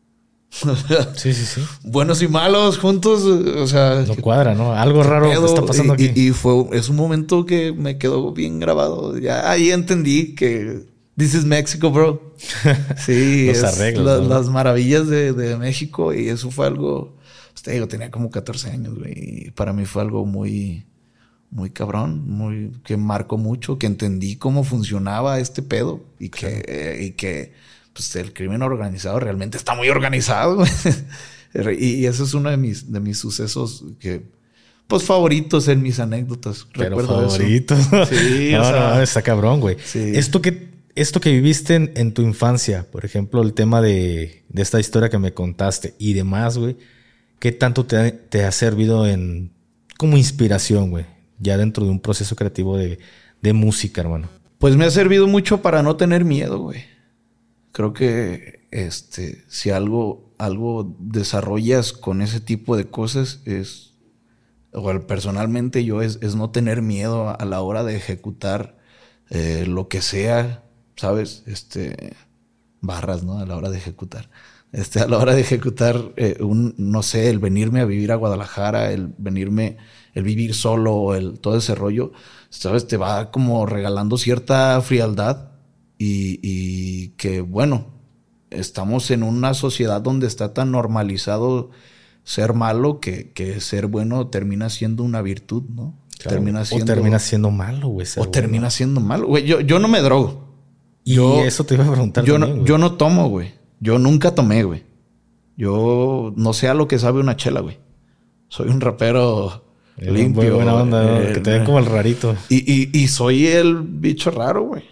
Sí. Buenos y malos juntos, o sea... No cuadra, ¿no? Algo raro está pasando aquí. Y es un momento que me quedó bien grabado. Ya ahí entendí que... This is Mexico, bro. Sí, los arreglos, ¿no? Las maravillas de México. Y eso fue algo... Te digo, tenía como 14 años, güey. Y para mí fue algo muy... muy cabrón, que marcó mucho, que entendí cómo funcionaba este pedo y que pues, el crimen organizado realmente está muy organizado. Y eso es uno de mis sucesos que, pues, favoritos en mis anécdotas. Pero recuerdo favoritos. Eso. Sí, no, está cabrón, güey. Sí. Esto que viviste en tu infancia, por ejemplo, el tema de esta historia que me contaste y demás, güey, ¿qué tanto te ha servido como inspiración, güey? Ya dentro de un proceso creativo de música, hermano. Pues me ha servido mucho para no tener miedo, güey. Creo que si algo desarrollas con ese tipo de cosas personalmente yo es no tener miedo a la hora de ejecutar lo que sea, ¿sabes? Barras, ¿no? A la hora de ejecutar. A la hora de ejecutar no sé, el venirme a vivir a Guadalajara, el vivir solo, todo ese rollo, ¿sabes? Te va como regalando cierta frialdad y que, bueno, estamos en una sociedad donde está tan normalizado ser malo que ser bueno termina siendo una virtud, ¿no? Claro, termina siendo malo, güey. Termina siendo malo, güey. Yo no me drogo. Y eso te iba a preguntar también, yo no tomo, güey. Yo nunca tomé, güey. Yo no sé a lo que sabe una chela, güey. Soy un rapero limpio. Muy buena onda, ¿no? Que te ven como el rarito. Y soy el bicho raro, güey.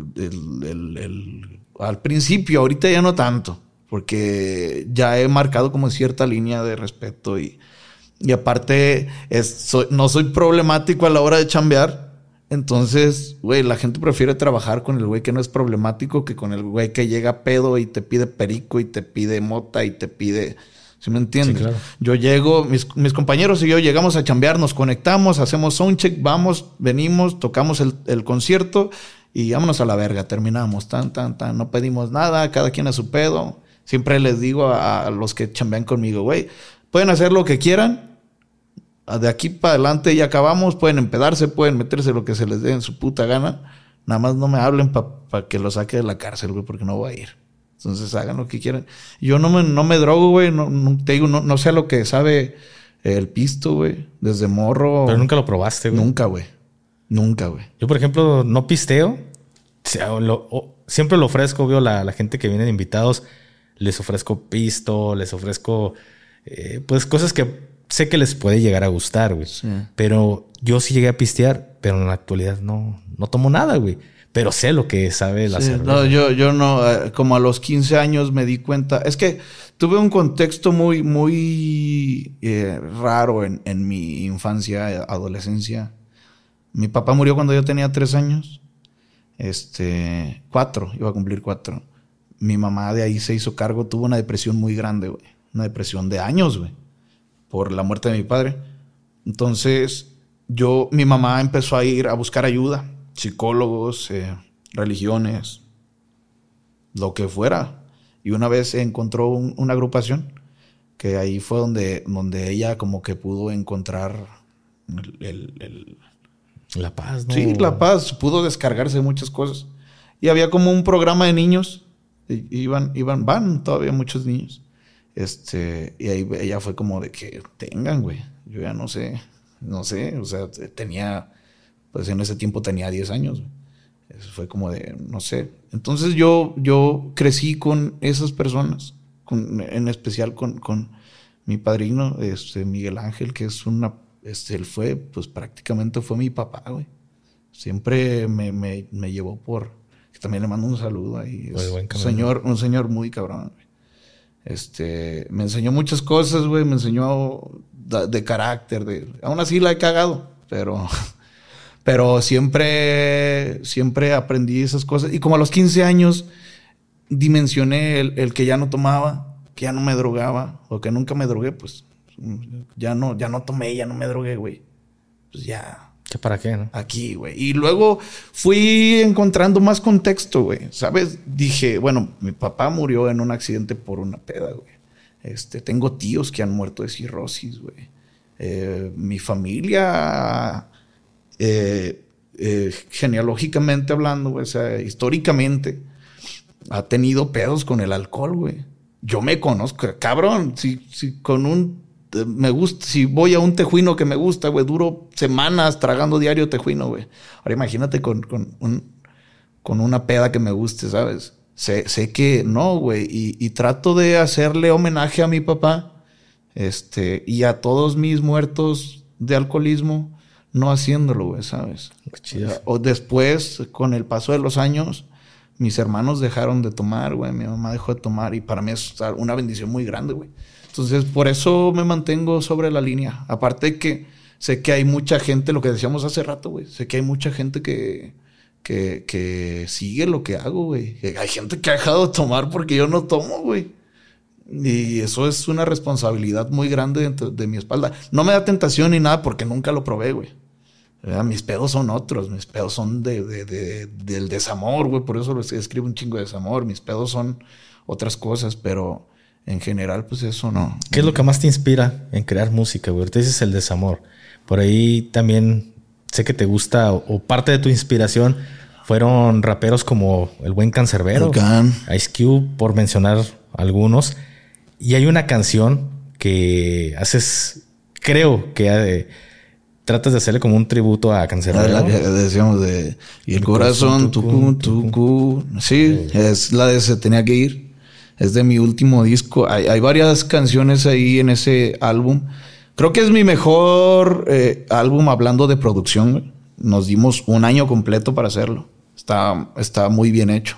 Al principio, ahorita ya no tanto. Porque ya he marcado como cierta línea de respeto. Y aparte, no soy problemático a la hora de chambear. Entonces, güey, la gente prefiere trabajar con el güey que no es problemático que con el güey que llega pedo y te pide perico y te pide mota y te pide... ¿Sí me entiendes? Sí, claro. Yo llego, mis compañeros y yo llegamos a chambear, nos conectamos, hacemos soundcheck, vamos, venimos, tocamos el concierto y vámonos a la verga, terminamos, no pedimos nada, cada quien a su pedo. Siempre les digo a los que chambean conmigo, güey, pueden hacer lo que quieran. De aquí para adelante ya acabamos, pueden empedarse, pueden meterse lo que se les dé en su puta gana. Nada más no me hablen para que lo saque de la cárcel, güey, porque no voy a ir. Entonces hagan lo que quieran. Yo no me drogo, güey. Te digo, no sé a lo que sabe el pisto, güey. Desde morro. Pero nunca lo probaste, güey. Nunca, güey. Yo, por ejemplo, no pisteo. Siempre lo ofrezco, veo la gente que viene de invitados. Les ofrezco pisto, les ofrezco pues cosas que sé que les puede llegar a gustar, güey. Sí. Pero yo sí llegué a pistear, pero en la actualidad no tomo nada, güey. Pero sé lo que sabe la cerveza. No, yo no. Como a los 15 años me di cuenta. Es que tuve un contexto muy, muy raro en mi infancia, adolescencia. Mi papá murió cuando yo tenía 3 años. 4, iba a cumplir 4. Mi mamá de ahí se hizo cargo, tuvo una depresión muy grande, güey. Una depresión de años, güey. Por la muerte de mi padre. Entonces, mi mamá empezó a ir a buscar ayuda. Psicólogos, religiones, lo que fuera. Y una vez encontró una agrupación que ahí fue donde ella como que pudo encontrar la paz, ¿no? Sí, la paz. Pudo descargarse de muchas cosas. Y había como un programa de niños. Van todavía muchos niños. Y ahí ella fue como de que tengan, güey. Yo ya no sé. O sea, pues en ese tiempo tenía 10 años. Eso fue como de, no sé. Entonces yo crecí con esas personas, en especial con mi padrino, Miguel Ángel, que es él fue, pues prácticamente fue mi papá, güey. Siempre me llevó que también le mando un saludo ahí. Es un señor muy cabrón, güey. Me enseñó muchas cosas, güey. Me enseñó de carácter. Aún así la he cagado, pero siempre aprendí esas cosas. Y como a los 15 años dimensioné el que ya no tomaba, que ya no me drogaba, o que nunca me drogué, pues ya no tomé, ya no me drogué, güey. Pues ya. ¿Qué para qué, no? Aquí, güey. Y luego fui encontrando más contexto, güey. ¿Sabes? Dije, bueno, mi papá murió en un accidente por una peda, güey. Tengo tíos que han muerto de cirrosis, güey. Mi familia, genealógicamente hablando, güey, o sea, históricamente, ha tenido pedos con el alcohol, güey. Yo me conozco, cabrón. Si con un me gusta, si voy a un tejuino que me gusta, güey, duro semanas tragando diario tejuino, güey. Ahora imagínate con una peda que me guste, ¿sabes? Sé que no, güey. Y trato de hacerle homenaje a mi papá, y a todos mis muertos de alcoholismo, no haciéndolo, güey, ¿sabes? O después, con el paso de los años, mis hermanos dejaron de tomar, güey. Mi mamá dejó de tomar y para mí es una bendición muy grande, güey. Entonces, por eso me mantengo sobre la línea. Aparte que sé que hay mucha gente, lo que decíamos hace rato, güey. Sé que hay mucha gente que sigue lo que hago, güey. Hay gente que ha dejado de tomar porque yo no tomo, güey. Y eso es una responsabilidad muy grande de mi espalda. No me da tentación ni nada porque nunca lo probé, güey. Mis pedos son otros. Mis pedos son del desamor, güey. Por eso escribo un chingo de desamor. Mis pedos son otras cosas, pero en general, pues eso no. ¿Qué es lo que más te inspira en crear música, güey? Ahorita dices el desamor. Por ahí también sé que te gusta o parte de tu inspiración fueron raperos como el buen Canserbero, Ice Cube, por mencionar algunos. Y hay una canción que haces, creo que tratas de hacerle como un tributo a Canserbero. La que decíamos de y el corazón, tucu. Sí, es la de Se Tenía que Ir. Es de mi último disco. Hay varias canciones ahí en ese álbum. Creo que es mi mejor álbum hablando de producción. Nos dimos un año completo para hacerlo. Está muy bien hecho.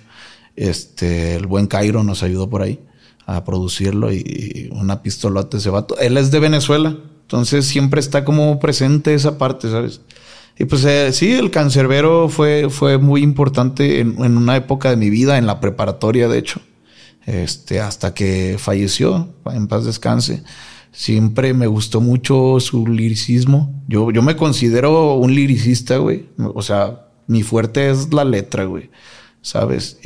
El buen Cairo nos ayudó por ahí a producirlo y una pistolota ese vato. Él es de Venezuela, entonces siempre está como presente esa parte, ¿sabes? Y pues sí, el Canserbero fue muy importante en una época de mi vida, en la preparatoria, de hecho. Hasta que falleció, en paz descanse. Siempre me gustó mucho su liricismo. Yo me considero un liricista, güey. O sea, mi fuerte es la letra, güey. ¿Sabes?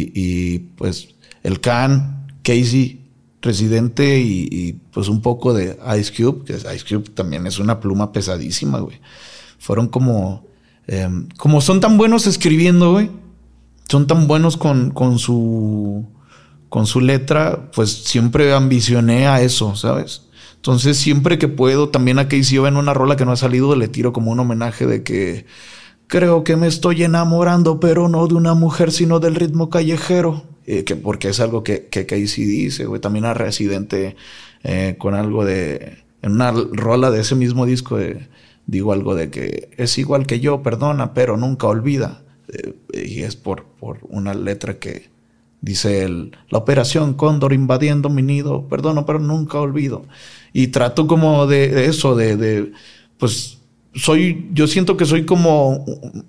Y pues el Can, Casey, Residente y pues un poco de Ice Cube, que Ice Cube también es una pluma pesadísima, güey. Fueron como son tan buenos escribiendo, güey. Son tan buenos con su letra, pues siempre ambicioné a eso, ¿sabes? Entonces siempre que puedo, también a Casey yo en una rola que no ha salido le tiro como un homenaje de que creo que me estoy enamorando, pero no de una mujer, sino del ritmo callejero. Porque es algo que Casey dice, güey. También a Residente con algo en una rola de ese mismo disco digo algo de que es igual que yo, perdona, pero nunca olvida. Y es por una letra que dice la operación Cóndor invadiendo mi nido, perdono, pero nunca olvido. Y trato como de eso, pues yo siento que soy como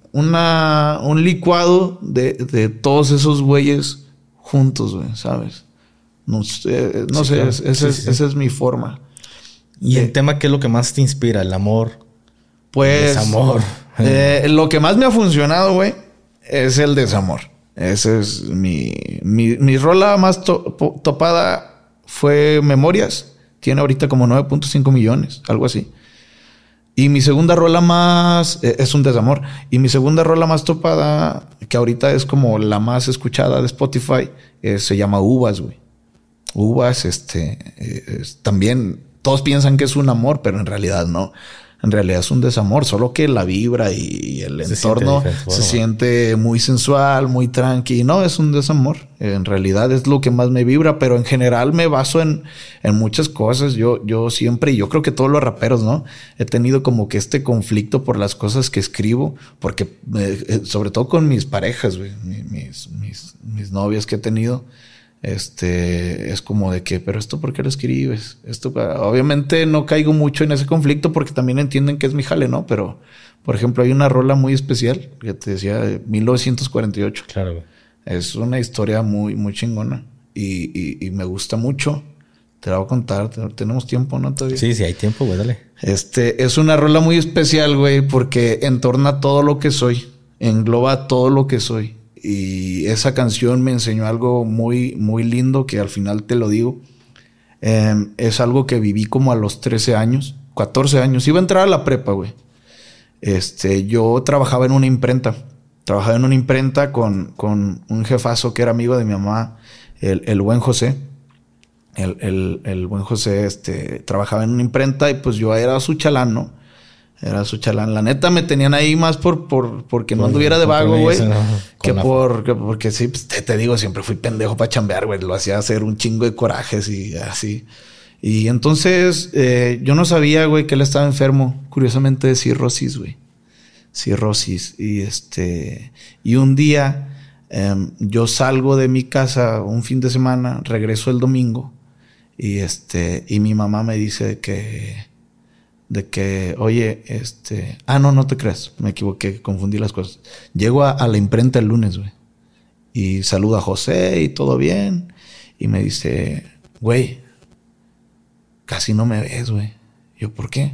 un licuado de todos esos güeyes juntos, güey, ¿sabes? No sé, claro. Esa es mi forma. ¿Y el tema qué es lo que más te inspira? ¿El amor? Pues... El desamor. Lo que más me ha funcionado, güey, es el desamor. Ese es mi rola más topada fue Memorias. Tiene ahorita como 9.5 millones, algo así. Y mi segunda rola más... es un desamor. Y mi segunda rola más topada, que ahorita es como la más escuchada de Spotify, se llama Uvas, güey. Uvas, también... Todos piensan que es un amor, pero en realidad no. En realidad es un desamor, solo que la vibra y el entorno se siente muy sensual, muy tranqui. No, es un desamor. En realidad es lo que más me vibra, pero en general me baso en muchas cosas. Yo siempre, y yo creo que todos los raperos, ¿no? He tenido como que este conflicto por las cosas que escribo, porque sobre todo con mis parejas, güey, mis novias que he tenido. Es como de que, pero esto ¿por qué lo escribes? Esto, obviamente no caigo mucho en ese conflicto porque también entienden que es mi jale, ¿no? Pero, por ejemplo, hay una rola muy especial que te decía de 1948. Claro, güey. Es una historia muy, muy chingona y me gusta mucho. Te la voy a contar. Tenemos tiempo, ¿no? Todavía. Sí, hay tiempo, güey, dale. Es una rola muy especial, güey, porque entorna todo lo que soy. Engloba todo lo que soy. Y esa canción me enseñó algo muy, muy lindo que al final te lo digo. Es algo que viví como a los 13 años, 14 años. Iba a entrar a la prepa, güey. Yo trabajaba en una imprenta. Trabajaba en una imprenta con un jefazo que era amigo de mi mamá, el buen José. el buen José, trabajaba en una imprenta y pues yo era su chalán, ¿no? Era su chalán. La neta me tenían ahí más porque no anduviera de vago, güey. Porque sí, pues, te digo, siempre fui pendejo para chambear, güey. Lo hacía hacer un chingo de corajes y así. Y entonces yo no sabía, güey, que él estaba enfermo. Curiosamente de cirrosis, güey. Cirrosis. Y un día yo salgo de mi casa un fin de semana, regreso el domingo. Y mi mamá me dice de que, oye, no te creas, me equivoqué, confundí las cosas. Llego a la imprenta el lunes, güey, y saludo a José y todo bien, y me dice, güey, casi no me ves, güey. Yo, ¿por qué?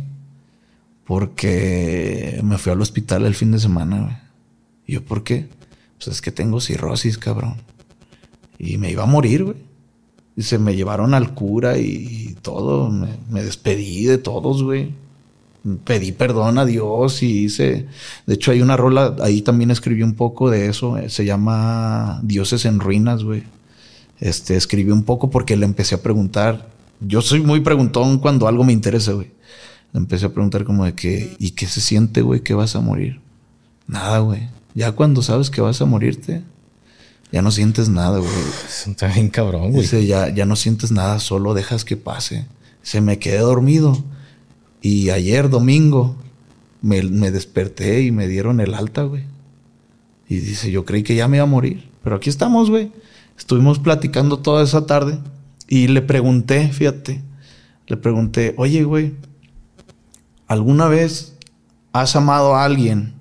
Porque me fui al hospital el fin de semana, güey. Y yo, ¿por qué? Pues es que tengo cirrosis, cabrón. Y me iba a morir, güey. Y se me llevaron al cura y todo. Me despedí de todos, güey. Pedí perdón a Dios y hice... De hecho, hay una rola, ahí también escribí un poco de eso. Se llama Dioses en Ruinas, güey. Escribí un poco porque le empecé a preguntar. Yo soy muy preguntón cuando algo me interesa, güey. Le empecé a preguntar como de que... ¿Y qué se siente, güey, que vas a morir? Nada, güey. Ya cuando sabes que vas a morirte... Ya no sientes nada, güey. Está bien cabrón, güey. Dice, ya no sientes nada, solo dejas que pase. Se me quedé dormido. Y ayer, domingo, me desperté y me dieron el alta, güey. Y dice, yo creí que ya me iba a morir. Pero aquí estamos, güey. Estuvimos platicando toda esa tarde. Y le pregunté, fíjate. Le pregunté, oye, güey, ¿alguna vez has amado a alguien?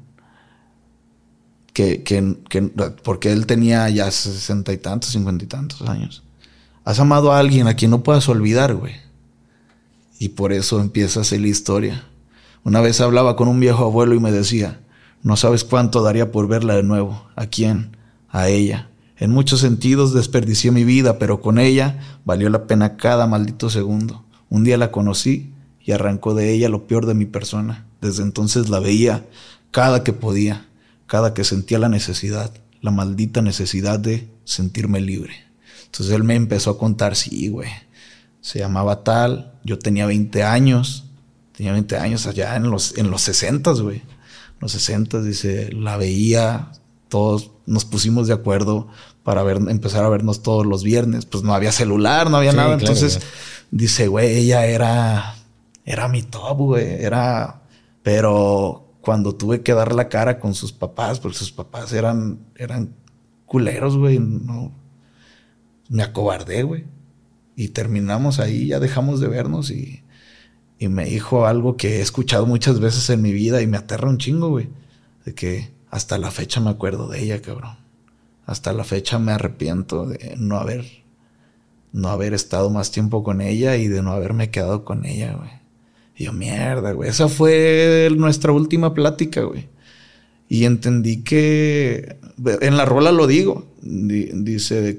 Porque él tenía ya 60 y tantos, 50 y tantos años. Has amado a alguien a quien no puedas olvidar, güey. Y por eso empieza así la historia. Una vez hablaba con un viejo abuelo y me decía, no sabes cuánto daría por verla de nuevo. ¿A quién? A ella. En muchos sentidos desperdicié mi vida, pero con ella valió la pena cada maldito segundo. Un día la conocí y arrancó de ella lo peor de mi persona. Desde entonces la veía cada que podía. Cada que sentía la necesidad, la maldita necesidad de sentirme libre. Entonces él me empezó a contar, sí, güey, se llamaba tal, yo tenía 20 años allá en los 60s, güey. Los 60s, dice, la veía, todos nos pusimos de acuerdo para empezar a vernos todos los viernes. Pues no había celular, no había nada. Claro, entonces, dice, güey, ella era mi top, güey, pero... Cuando tuve que dar la cara con sus papás, porque sus papás eran culeros, güey. No, me acobardé, güey. Y terminamos ahí, ya dejamos de vernos y me dijo algo que he escuchado muchas veces en mi vida y me aterra un chingo, güey. De que hasta la fecha me acuerdo de ella, cabrón. Hasta la fecha me arrepiento de no haber estado más tiempo con ella y de no haberme quedado con ella, güey. Y yo, mierda, güey. Esa fue nuestra última plática, güey. Y entendí que... En la rola lo digo. Dice...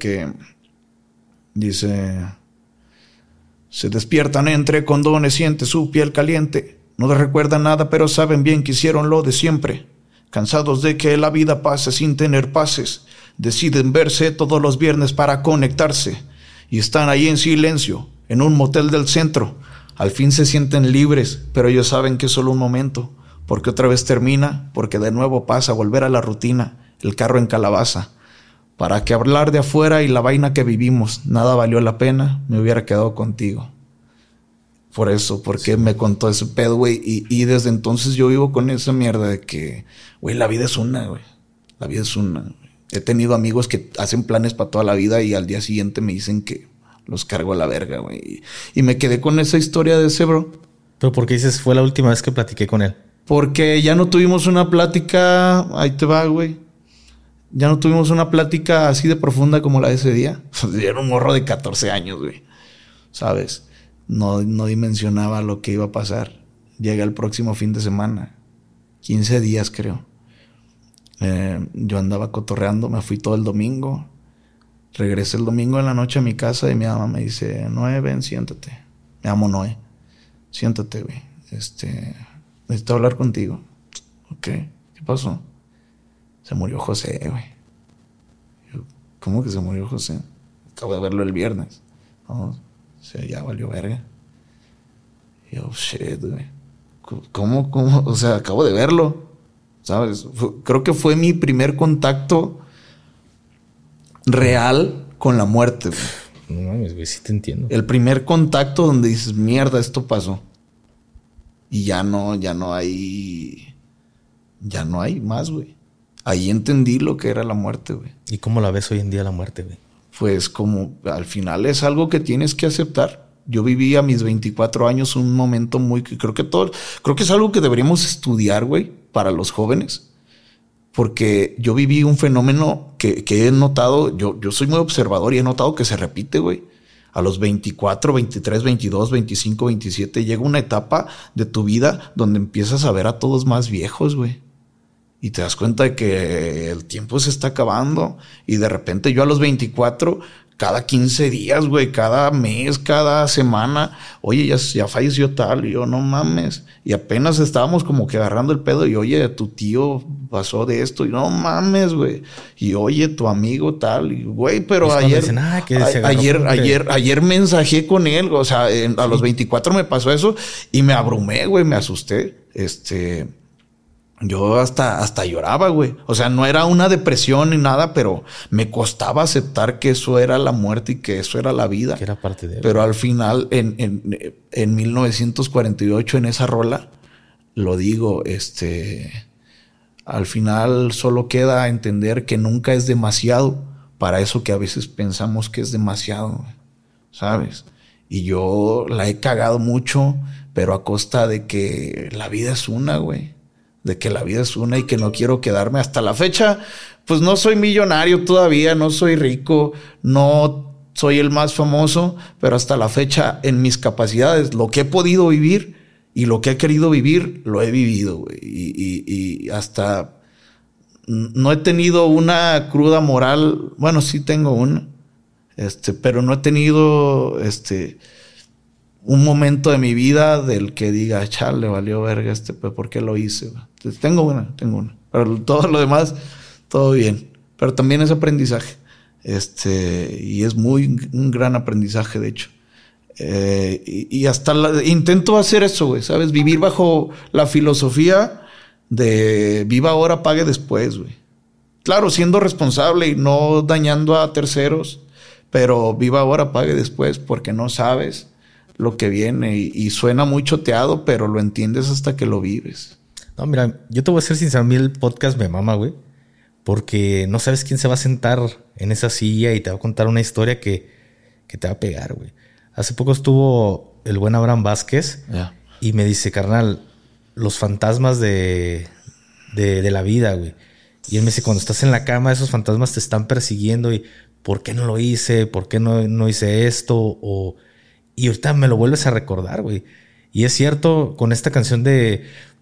Se despiertan entre condones, siente su piel caliente. No les recuerdan nada, pero saben bien que hicieron lo de siempre. Cansados de que la vida pase sin tener pases. Deciden verse todos los viernes para conectarse. Y están ahí en silencio, en un motel del centro. Al fin se sienten libres, pero ellos saben que es solo un momento, porque otra vez termina, porque de nuevo pasa a volver a la rutina, el carro en calabaza. ¿Para qué hablar de afuera y la vaina que vivimos? Nada valió la pena, me hubiera quedado contigo. Por eso, porque me contó ese pedo, güey, y desde entonces yo vivo con esa mierda de que, güey, la vida es una, güey. La vida es una. He tenido amigos que hacen planes para toda la vida y al día siguiente me dicen que los cargo a la verga, güey. Y me quedé con esa historia de ese bro. ¿Pero por qué dices fue la última vez que platiqué con él? Porque ya no tuvimos una plática... Ahí te va, güey. Ya no tuvimos una plática así de profunda como la de ese día. Era un morro de 14 años, güey. ¿Sabes? No dimensionaba lo que iba a pasar. Llega el próximo fin de semana. 15 días, creo. Yo andaba cotorreando. Me fui todo el domingo. Regresé el domingo en la noche a mi casa y mi mamá me dice, Noé, ven, siéntate. Me llamo Noé. Siéntate, güey. Necesito hablar contigo. Ok, ¿qué pasó? Se murió José, güey. Yo, ¿cómo que se murió José? Acabo de verlo el viernes. ¿No? sea, ya valió verga. Y yo, shit, güey. ¿Cómo? O sea, acabo de verlo, ¿sabes? Creo que fue mi primer contacto real con la muerte, güey. No mames, güey, sí te entiendo. El primer contacto donde dices, mierda, esto pasó. Y ya no hay más, güey. Ahí entendí lo que era la muerte, güey. ¿Y cómo la ves hoy en día la muerte, güey? Pues como al final es algo que tienes que aceptar. Yo viví a mis 24 años un momento creo que es algo que deberíamos estudiar, güey, para los jóvenes. Porque yo viví un fenómeno que he notado, yo soy muy observador y he notado que se repite, güey. A los 24, 23, 22, 25, 27 llega una etapa de tu vida donde empiezas a ver a todos más viejos, güey. Y te das cuenta de que el tiempo se está acabando. Y de repente yo a los 24, cada 15 días, güey, cada mes, cada semana, oye, ya falleció tal. Y yo, no mames. Y apenas estábamos como que agarrando el pedo. Y oye, tu tío pasó de esto. Y no mames, güey. Y oye, tu amigo tal. Y güey, pero ayer mensajé con él. O sea, a los 24 me pasó eso. Y me abrumé, güey, me asusté. Yo hasta lloraba, güey. O sea, no era una depresión ni nada, pero me costaba aceptar que eso era la muerte y que eso era la vida. Que era parte de él. Pero al final, en 1948, en esa rola, lo digo, al final solo queda entender que nunca es demasiado para eso que a veces pensamos que es demasiado, ¿sabes? Y yo la he cagado mucho, pero a costa de que la vida es una, güey. De que la vida es una y que no quiero quedarme hasta la fecha. Pues no soy millonario todavía, no soy rico, no soy el más famoso, pero hasta la fecha en mis capacidades, lo que he podido vivir y lo que he querido vivir, lo he vivido, güey. Y hasta no he tenido una cruda moral, bueno, sí tengo una, pero no he tenido un momento de mi vida del que diga, chale, valió verga pues, ¿por qué lo hice? Entonces, tengo una. Pero todo lo demás, todo bien. Pero también es aprendizaje. Y es un gran aprendizaje, de hecho. Y hasta intento hacer eso, güey, ¿sabes? Vivir bajo la filosofía de viva ahora, pague después, güey. Claro, siendo responsable y no dañando a terceros, pero viva ahora, pague después, porque no sabes lo que viene y suena muy choteado, pero lo entiendes hasta que lo vives. No, mira, yo te voy a ser sincero, a mí el podcast me mama, güey, porque no sabes quién se va a sentar en esa silla y te va a contar una historia que te va a pegar, güey. Hace poco estuvo el buen Abraham Vázquez y me dice, carnal, los fantasmas de la vida, güey. Y él me dice, cuando estás en la cama, esos fantasmas te están persiguiendo y ¿por qué no lo hice? ¿Por qué no hice esto? Y ahorita me lo vuelves a recordar, güey. Y es cierto, con esta canción de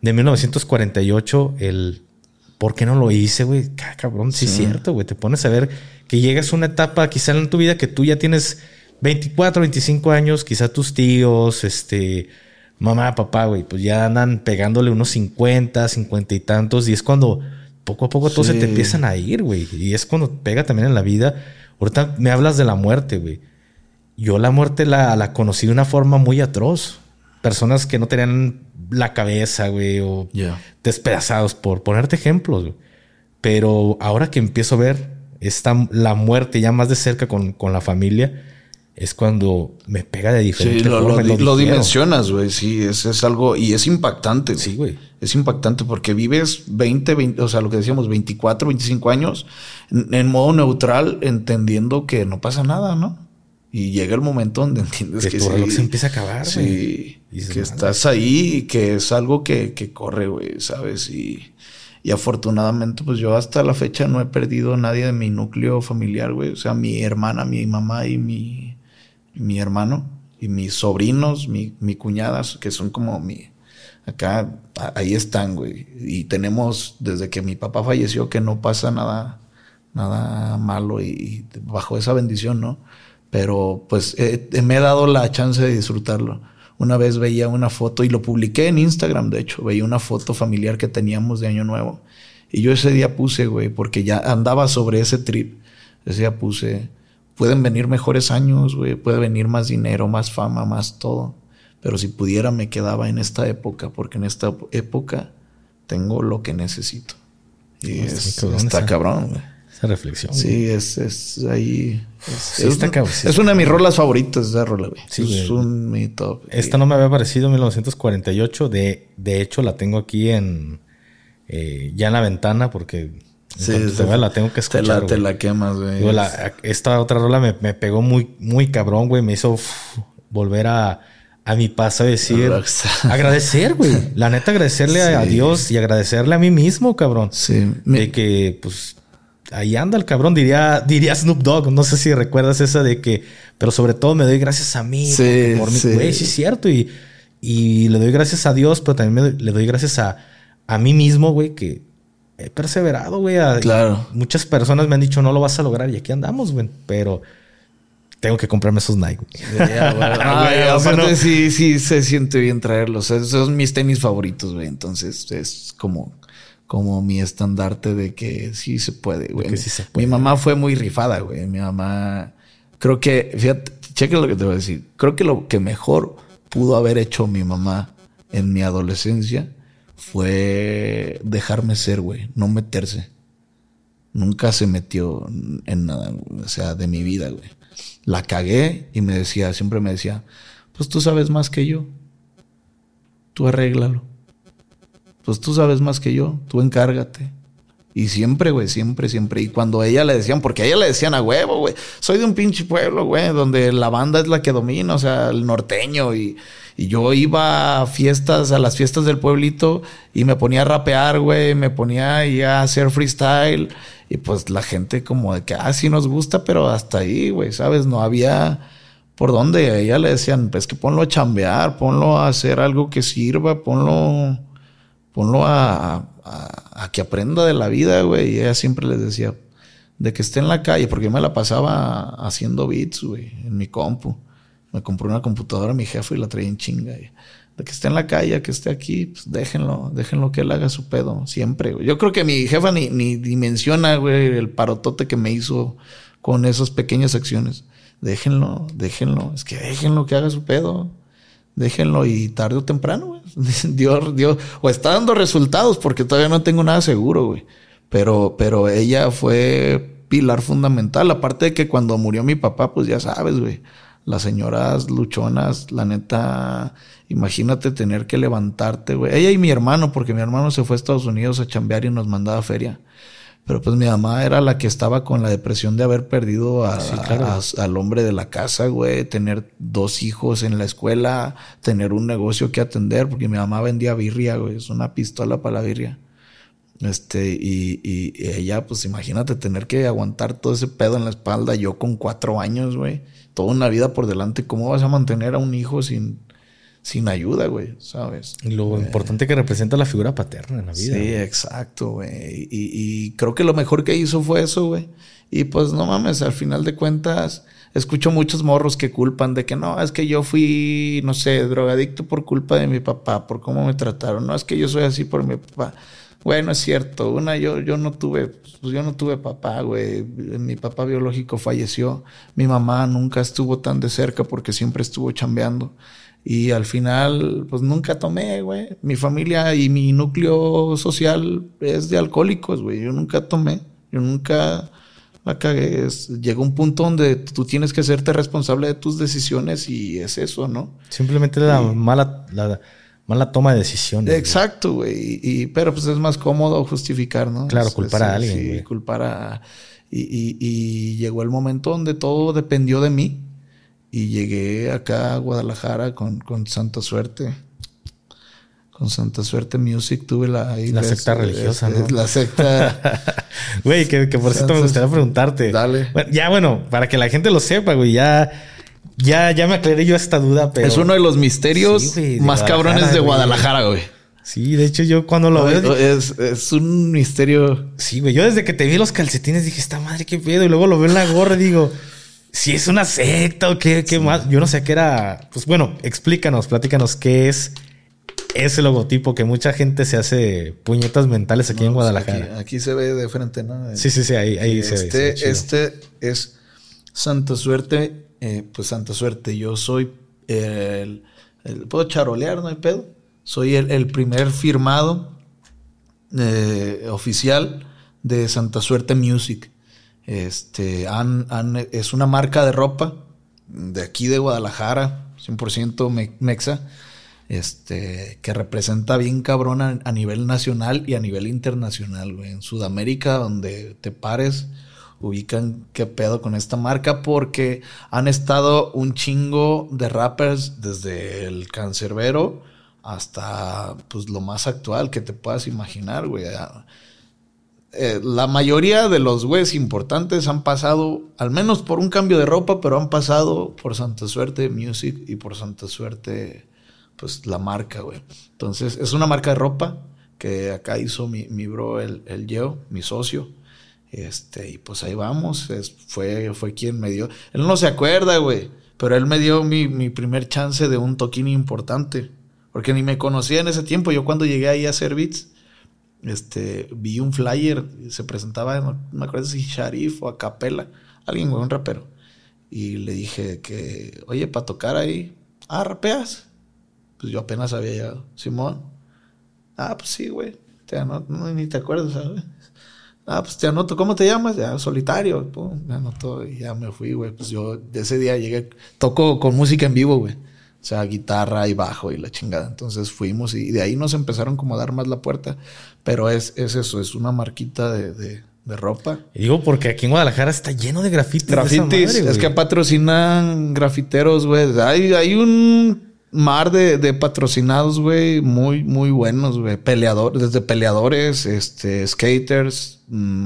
1948, el ¿por qué no lo hice, güey? Cabrón, sí es cierto, güey. Te pones a ver que llegas a una etapa quizá en tu vida que tú ya tienes 24, 25 años, quizá tus tíos, mamá, papá, güey, pues ya andan pegándole unos 50, 50 y tantos. Y es cuando poco a poco todos se te empiezan a ir, güey. Y es cuando pega también en la vida. Ahorita me hablas de la muerte, güey. Yo la muerte la conocí de una forma muy atroz. Personas que no tenían la cabeza, güey, o despedazados, por ponerte ejemplos, güey. Pero ahora que empiezo a ver la muerte ya más de cerca con la familia, es cuando me pega de diferente forma. Lo dimensionas, güey. Sí, es algo... Y es impactante. Sí, güey. Es impactante porque vives 20, o sea, lo que decíamos, 24, 25 años en modo neutral, entendiendo que no pasa nada, ¿no? Y llega el momento donde entiendes que tu reloj se empieza a acabar, güey. Sí, que estás ahí y que es algo que corre, güey, ¿sabes? Y afortunadamente, pues yo hasta la fecha no he perdido a nadie de mi núcleo familiar, güey. O sea, mi hermana, mi mamá y mi hermano y mis sobrinos, mi cuñada, que son como acá, ahí están, güey. Y tenemos, desde que mi papá falleció, que no pasa nada malo y bajo esa bendición, ¿no? Pero pues me he dado la chance de disfrutarlo. Una vez veía una foto y lo publiqué en Instagram, de hecho. Veía una foto familiar que teníamos de Año Nuevo. Y yo ese día puse, güey, porque ya andaba sobre ese trip. Ese día puse pueden venir mejores años, güey. Puede venir más dinero, más fama, más todo. Pero si pudiera, me quedaba en esta época. Porque en esta época tengo lo que necesito. Y está cabrón, güey. Esa reflexión. Sí, es ahí. Es una de mis rolas favoritas, esa rola, güey. Sí, es mi top. Esta no me había aparecido en 1948. De hecho, la tengo aquí ya en la ventana porque la tengo que escuchar. Te la quemas, güey. Esta otra rola me pegó muy, muy cabrón, güey. Me hizo volver a mi pasado y decir... agradecer, güey. La neta, agradecerle a Dios y agradecerle a mí mismo, cabrón. Sí. De que, pues... Ahí anda el cabrón, diría Snoop Dogg. No sé si recuerdas esa de que... Pero sobre todo me doy gracias a mí. Sí, por mí. Güey, sí es cierto. Y le doy gracias a Dios, pero también le doy gracias a mí mismo, güey, que he perseverado, güey. Claro. Muchas personas me han dicho, no lo vas a lograr. Y aquí andamos, güey. Pero tengo que comprarme esos Nike, güey. Aparte, sí se siente bien traerlos. Esos son mis tenis favoritos, güey. Entonces, es como mi estandarte de que sí se puede, güey. Mi mamá fue muy rifada, güey. Mi mamá... Creo que... Fíjate, cheque lo que te voy a decir. Creo que lo que mejor pudo haber hecho mi mamá en mi adolescencia fue dejarme ser, güey. No meterse. Nunca se metió en nada, o sea, de mi vida, güey. La cagué y siempre me decía, pues tú sabes más que yo. Tú arréglalo. Pues tú sabes más que yo, tú encárgate. Y siempre, güey, siempre. Y cuando a ella le decían, porque a ella le decían a huevo, güey. Soy de un pinche pueblo, güey, donde la banda es la que domina, o sea, el norteño. Y yo iba a las fiestas del pueblito y me ponía a rapear, güey. Me ponía ahí a hacer freestyle. Y pues la gente como de que, sí nos gusta, pero hasta ahí, güey, ¿sabes? No había por dónde. A ella le decían, pues que ponlo a chambear, ponlo a hacer algo que sirva, ponlo a que aprenda de la vida, güey. Y ella siempre les decía de que esté en la calle, porque yo me la pasaba haciendo beats, güey, en mi compu. Me compré una computadora a mi jefe y la traía en chinga. De que esté en la calle, que esté aquí, pues déjenlo que él haga su pedo. Siempre, güey. Yo creo que mi jefa ni menciona, güey, el parotote que me hizo con esas pequeñas acciones. Déjenlo. Es que déjenlo que haga su pedo. Déjenlo y tarde o temprano, güey. Dios, o está dando resultados porque todavía no tengo nada seguro, güey. Pero ella fue pilar fundamental. Aparte de que cuando murió mi papá, pues ya sabes, güey. Las señoras luchonas, la neta, imagínate tener que levantarte, güey. Ella y mi hermano, porque mi hermano se fue a Estados Unidos a chambear y nos mandaba feria. Pero pues mi mamá era la que estaba con la depresión de haber perdido al hombre de la casa, güey. Tener 2 hijos en la escuela, tener un negocio que atender, porque mi mamá vendía birria, güey. Es una pistola para la birria. Y ella, pues imagínate tener que aguantar todo ese pedo en la espalda. Yo con 4 años, güey. Toda una vida por delante. ¿Cómo vas a mantener a un hijo sin ayuda, güey? ¿Sabes? Lo importante que representa la figura paterna en la vida. Sí, güey. Exacto, güey. Y creo que lo mejor que hizo fue eso, güey. Y pues no mames, al final de cuentas, escucho muchos morros que culpan de que no, es que yo fui, no sé, drogadicto por culpa de mi papá, por cómo me trataron. No, es que yo soy así por mi papá. Güey, no es cierto. Yo no tuve papá, güey. Mi papá biológico falleció. Mi mamá nunca estuvo tan de cerca porque siempre estuvo chambeando. Y al final, pues nunca tomé, güey. Mi familia y mi núcleo social es de alcohólicos, güey. Yo nunca tomé. Yo nunca la cagué. Llega un punto donde tú tienes que hacerte responsable de tus decisiones y es eso, ¿no? Simplemente la mala toma de decisiones. Exacto, güey. Pero pues es más cómodo justificar, ¿no? Claro, culpar a alguien. Sí, culpar a... Y llegó el momento donde todo dependió de mí. Y llegué acá a Guadalajara con Santa Suerte. Con Santa Suerte Music tuve la secta religiosa, ¿no? La secta... Güey, que por cierto me gustaría preguntarte. Dale. Bueno, para que la gente lo sepa, güey, ya me aclaré yo esta duda, pero... Es uno de los misterios más cabrones de Guadalajara, güey. Sí, de hecho yo cuando lo veo... Es un misterio... Sí, güey. Yo desde que te vi los calcetines dije, esta madre, qué pedo. Y luego lo veo en la gorra y digo... Si es una secta o qué más. Yo no sé qué era. Pues bueno, platícanos qué es ese logotipo que mucha gente se hace puñetas mentales aquí en Guadalajara. Aquí se ve de frente, ¿no? Sí, ahí se ve. Este es Santa Suerte, pues Santa Suerte. Yo soy puedo charolear, no hay pedo. Soy el primer firmado oficial de Santa Suerte Music. Es una marca de ropa de aquí de Guadalajara, 100% mexa, que representa bien cabrón a nivel nacional y a nivel internacional, güey. En Sudamérica, donde te pares, ubican qué pedo con esta marca, porque han estado un chingo de rappers desde el Cancerbero hasta pues lo más actual que te puedas imaginar, güey. La mayoría de los güeyes importantes han pasado, al menos por un cambio de ropa, pero han pasado por Santa Suerte Music y por Santa Suerte, pues la marca, güey. Entonces, es una marca de ropa que acá hizo mi bro, el Yeo, mi socio. Y pues ahí vamos. Fue quien me dio. Él no se acuerda, güey, pero él me dio mi primer chance de un toquín importante. Porque ni me conocía en ese tiempo. Yo cuando llegué ahí a hacer beats, vi un flyer, se presentaba, no me acuerdo si Sharif o Acapella, alguien, güey, un rapero. Y le dije que, oye, para tocar ahí, ¿rapeas? Pues yo apenas había llegado. Simón. Pues sí, güey. Ni te acuerdas, ¿sabes? Pues te anoto. ¿Cómo te llamas? Ya, Solitario. Pum, me anotó y ya me fui, güey. Pues yo de ese día llegué, toco con música en vivo, güey. O sea, guitarra y bajo y la chingada. Entonces fuimos y de ahí nos empezaron como a dar más la puerta. Pero es eso, es una marquita de ropa. Y digo porque aquí en Guadalajara está lleno de grafitis. Grafitis, es que patrocinan grafiteros, güey. Hay un mar de patrocinados, güey, muy, muy buenos, güey. Desde peleadores, skaters,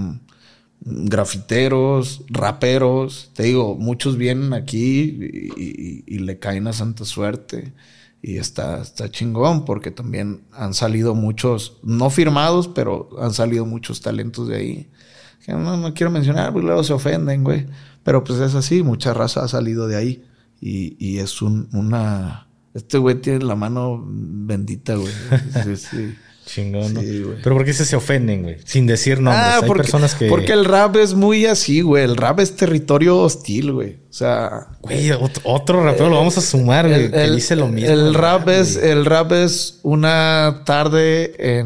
grafiteros, raperos. Te digo, muchos vienen aquí y le caen a Santa Suerte. Y está chingón porque también han salido muchos, no firmados, pero han salido muchos talentos de ahí. Que no quiero mencionar, porque luego se ofenden, güey. Pero pues es así, mucha raza ha salido de ahí. Y es una... Este güey tiene la mano bendita, güey. Sí. Chingón, ¿no? Sí, pero ¿por qué se ofenden, güey? Sin decir nombres. Hay personas que... Porque el rap es muy así, güey. El rap es territorio hostil, güey. O sea... Güey, otro rapero lo vamos a sumar, güey. Que dice lo mismo. El rap es una tarde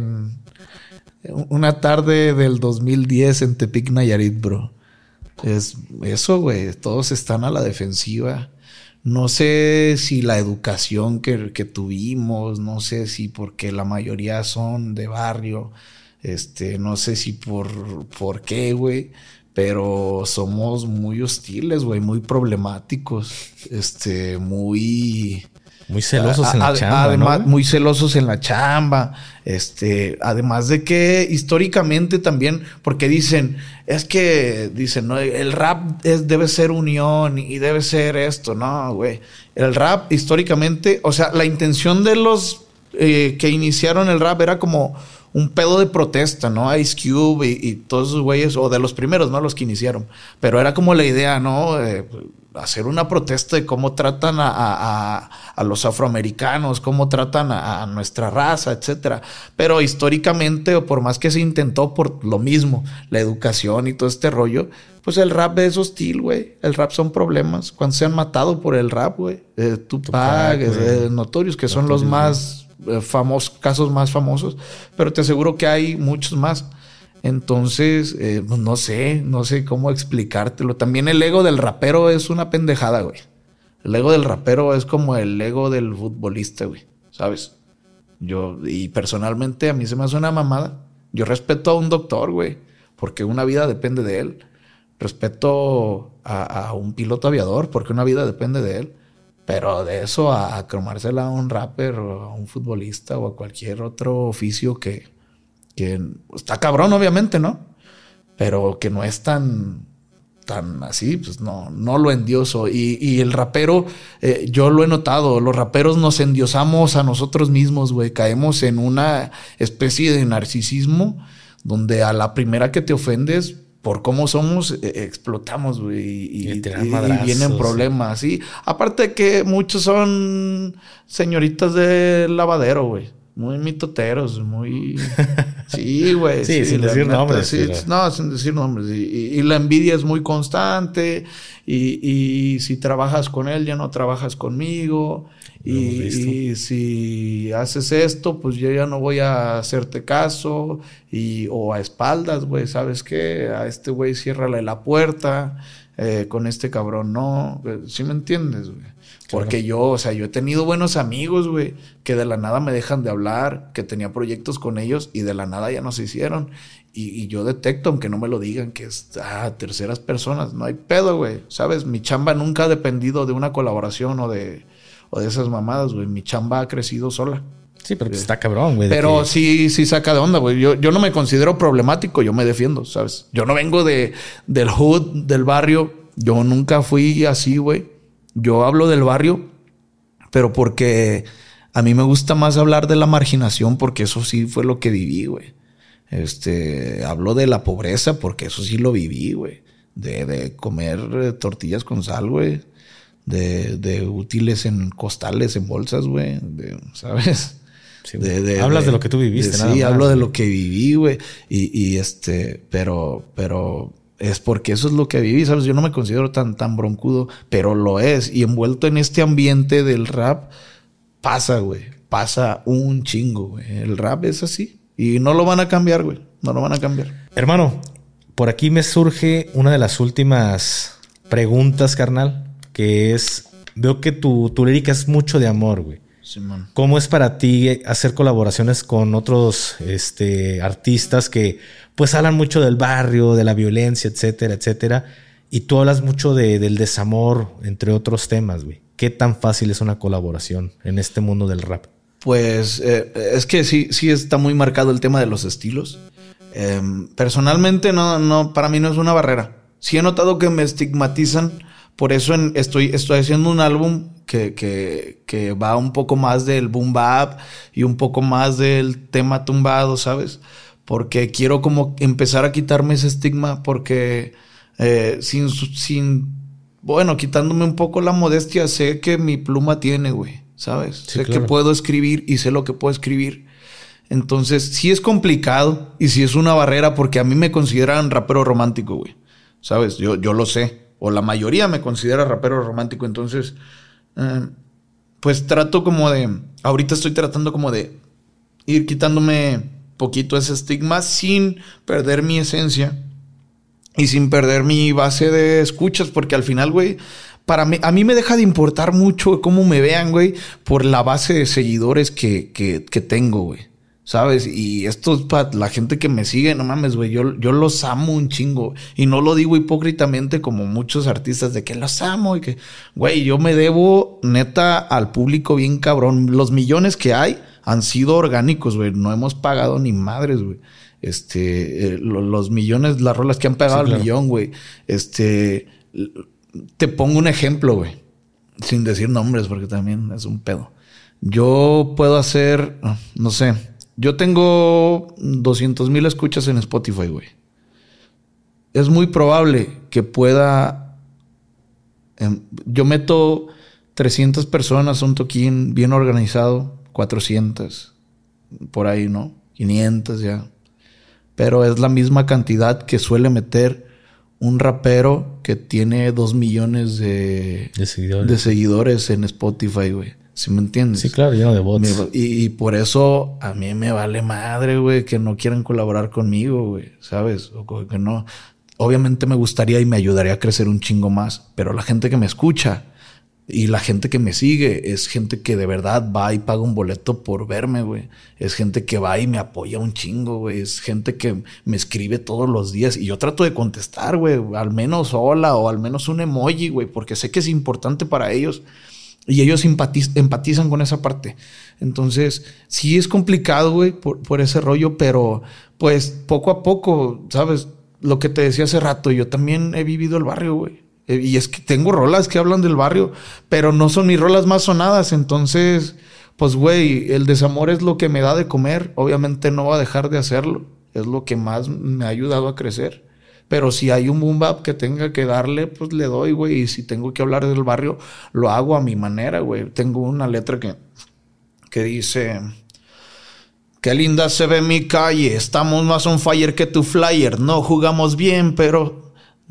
del 2010 en Tepic, Nayarit, bro. Es eso, güey. Todos están a la defensiva. No sé si la educación que tuvimos, no sé si porque la mayoría son de barrio, no sé si por qué, güey, pero somos muy hostiles, güey, muy problemáticos, muy celosos en la chamba, además, ¿no? Muy celosos en la chamba. Además de que históricamente también, porque dicen, ¿no? El rap debe ser unión y debe ser esto. No, güey. El rap históricamente, o sea, la intención de los que iniciaron el rap era como un pedo de protesta, ¿no? Ice Cube y todos esos güeyes, o de los primeros, ¿no? Los que iniciaron. Pero era como la idea, ¿no? Hacer una protesta de cómo tratan a los afroamericanos, cómo tratan a nuestra raza, etcétera. Pero históricamente, o por más que se intentó por lo mismo, la educación y todo este rollo, pues el rap es hostil, güey. El rap son problemas. Cuando se han matado por el rap, güey. Tupac, Notorious, que son los más casos más famosos, pero te aseguro que hay muchos más. Entonces, pues no sé cómo explicártelo. También el ego del rapero es una pendejada, güey. El ego del rapero es como el ego del futbolista, güey, ¿sabes? Y personalmente a mí se me hace una mamada. Yo respeto a un doctor, güey, porque una vida depende de él. Respeto a un piloto aviador porque una vida depende de él. Pero de eso a cromársela a un rapper o a un futbolista o a cualquier otro oficio que está cabrón, obviamente, ¿no? Pero que no es tan así, pues no lo endioso. Y el rapero, yo lo he notado, los raperos nos endiosamos a nosotros mismos, güey. Caemos en una especie de narcisismo donde a la primera que te ofendes, por cómo somos, explotamos, güey, y vienen problemas, ¿sí? Aparte de que muchos son señoritas de lavadero, güey. Muy mitoteros, muy... Sí, güey. Sí, sin decir nombres. Sí, pero... No, sin decir nombres. Y la envidia es muy constante. Y si trabajas con él, ya no trabajas conmigo. Y si haces esto, pues yo ya no voy a hacerte caso. O a espaldas, güey. ¿Sabes qué? A este güey ciérrale la puerta. Con este cabrón no. ¿Sí me entiendes, güey? Porque yo he tenido buenos amigos, güey, que de la nada me dejan de hablar, que tenía proyectos con ellos y de la nada ya no se hicieron. Y yo detecto, aunque no me lo digan, que es terceras personas. No hay pedo, güey. ¿Sabes? Mi chamba nunca ha dependido de una colaboración o de esas mamadas, güey. Mi chamba ha crecido sola. Sí, pero está cabrón, güey. Pero sí saca de onda, güey. Yo no me considero problemático, yo me defiendo, ¿sabes? Yo no vengo del hood, del barrio. Yo nunca fui así, güey. Yo hablo del barrio, pero porque a mí me gusta más hablar de la marginación, porque eso sí fue lo que viví, güey. Hablo de la pobreza, porque eso sí lo viví, güey. De comer tortillas con sal, güey. De útiles en costales, en bolsas, güey. ¿Sabes? Sí, hablas de lo que tú viviste, nada más. Sí, hablo de lo que viví, güey. Pero es porque eso es lo que viví, ¿sabes? Yo no me considero tan broncudo, pero lo es. Y envuelto en este ambiente del rap, pasa, güey. Pasa un chingo, güey. El rap es así. Y no lo van a cambiar, güey. No lo van a cambiar. Hermano, por aquí me surge una de las últimas preguntas, carnal, que es... Veo que tu lírica es mucho de amor, güey. Sí, man. ¿Cómo es para ti hacer colaboraciones con otros artistas que pues hablan mucho del barrio, de la violencia, etcétera, etcétera? Y tú hablas mucho del desamor, entre otros temas, güey. ¿Qué tan fácil es una colaboración en este mundo del rap? Pues es que sí está muy marcado el tema de los estilos. Personalmente no, para mí no es una barrera. Sí he notado que me estigmatizan. Por eso estoy haciendo un álbum que va un poco más del boom bap y un poco más del tema tumbado, ¿sabes? Porque quiero como empezar a quitarme ese estigma, porque quitándome un poco la modestia, sé que mi pluma tiene, güey, ¿sabes? Sí, sé claro. que puedo escribir y sé lo que puedo escribir. Entonces, sí es complicado y sí es una barrera, porque a mí me consideran rapero romántico, güey, ¿sabes? Yo lo sé. O la mayoría me considera rapero romántico. Entonces, pues trato como de... Ahorita estoy tratando como de ir quitándome poquito ese estigma sin perder mi esencia y sin perder mi base de escuchas. Porque al final, güey, a mí me deja de importar mucho cómo me vean, güey, por la base de seguidores que tengo, güey. ¿Sabes? Y esto es para la gente que me sigue, no mames, güey. Yo los amo un chingo. Y no lo digo hipócritamente como muchos artistas de que los amo y que, güey, yo me debo neta al público bien cabrón. Los millones que hay han sido orgánicos, güey. No hemos pagado ni madres, güey. Los millones, las rolas que han pagado, sí, claro, al millón, güey. Te pongo un ejemplo, güey. Sin decir nombres, porque también es un pedo. Yo puedo hacer, no sé... Yo tengo 200,000 escuchas en Spotify, güey. Es muy probable que pueda... yo meto 300 personas a un toquín bien organizado, 400, por ahí, ¿no? 500 ya. Pero es la misma cantidad que suele meter un rapero que tiene 2 millones de seguidores en Spotify, güey. ¿Sí me entiendes? Sí, claro, lleno de bots. Y por eso a mí me vale madre, güey, que no quieran colaborar conmigo, güey, ¿sabes? O que no. Obviamente me gustaría y me ayudaría a crecer un chingo más, pero la gente que me escucha y la gente que me sigue es gente que de verdad va y paga un boleto por verme, güey. Es gente que va y me apoya un chingo, güey. Es gente que me escribe todos los días y yo trato de contestar, güey, al menos hola o al menos un emoji, güey, porque sé que es importante para ellos. Y ellos empatizan con esa parte. Entonces, sí es complicado, güey, por ese rollo, pero pues poco a poco, ¿sabes? Lo que te decía hace rato, yo también he vivido el barrio, güey. Y es que tengo rolas que hablan del barrio, pero no son mis rolas más sonadas. Entonces, pues, güey, el desamor es lo que me da de comer. Obviamente no va a dejar de hacerlo. Es lo que más me ha ayudado a crecer. Pero si hay un boom bap que tenga que darle, pues le doy, güey. Y si tengo que hablar del barrio, lo hago a mi manera, güey. Tengo una letra que dice... Qué linda se ve mi calle. Estamos más on fire que tu flyer. No jugamos bien, pero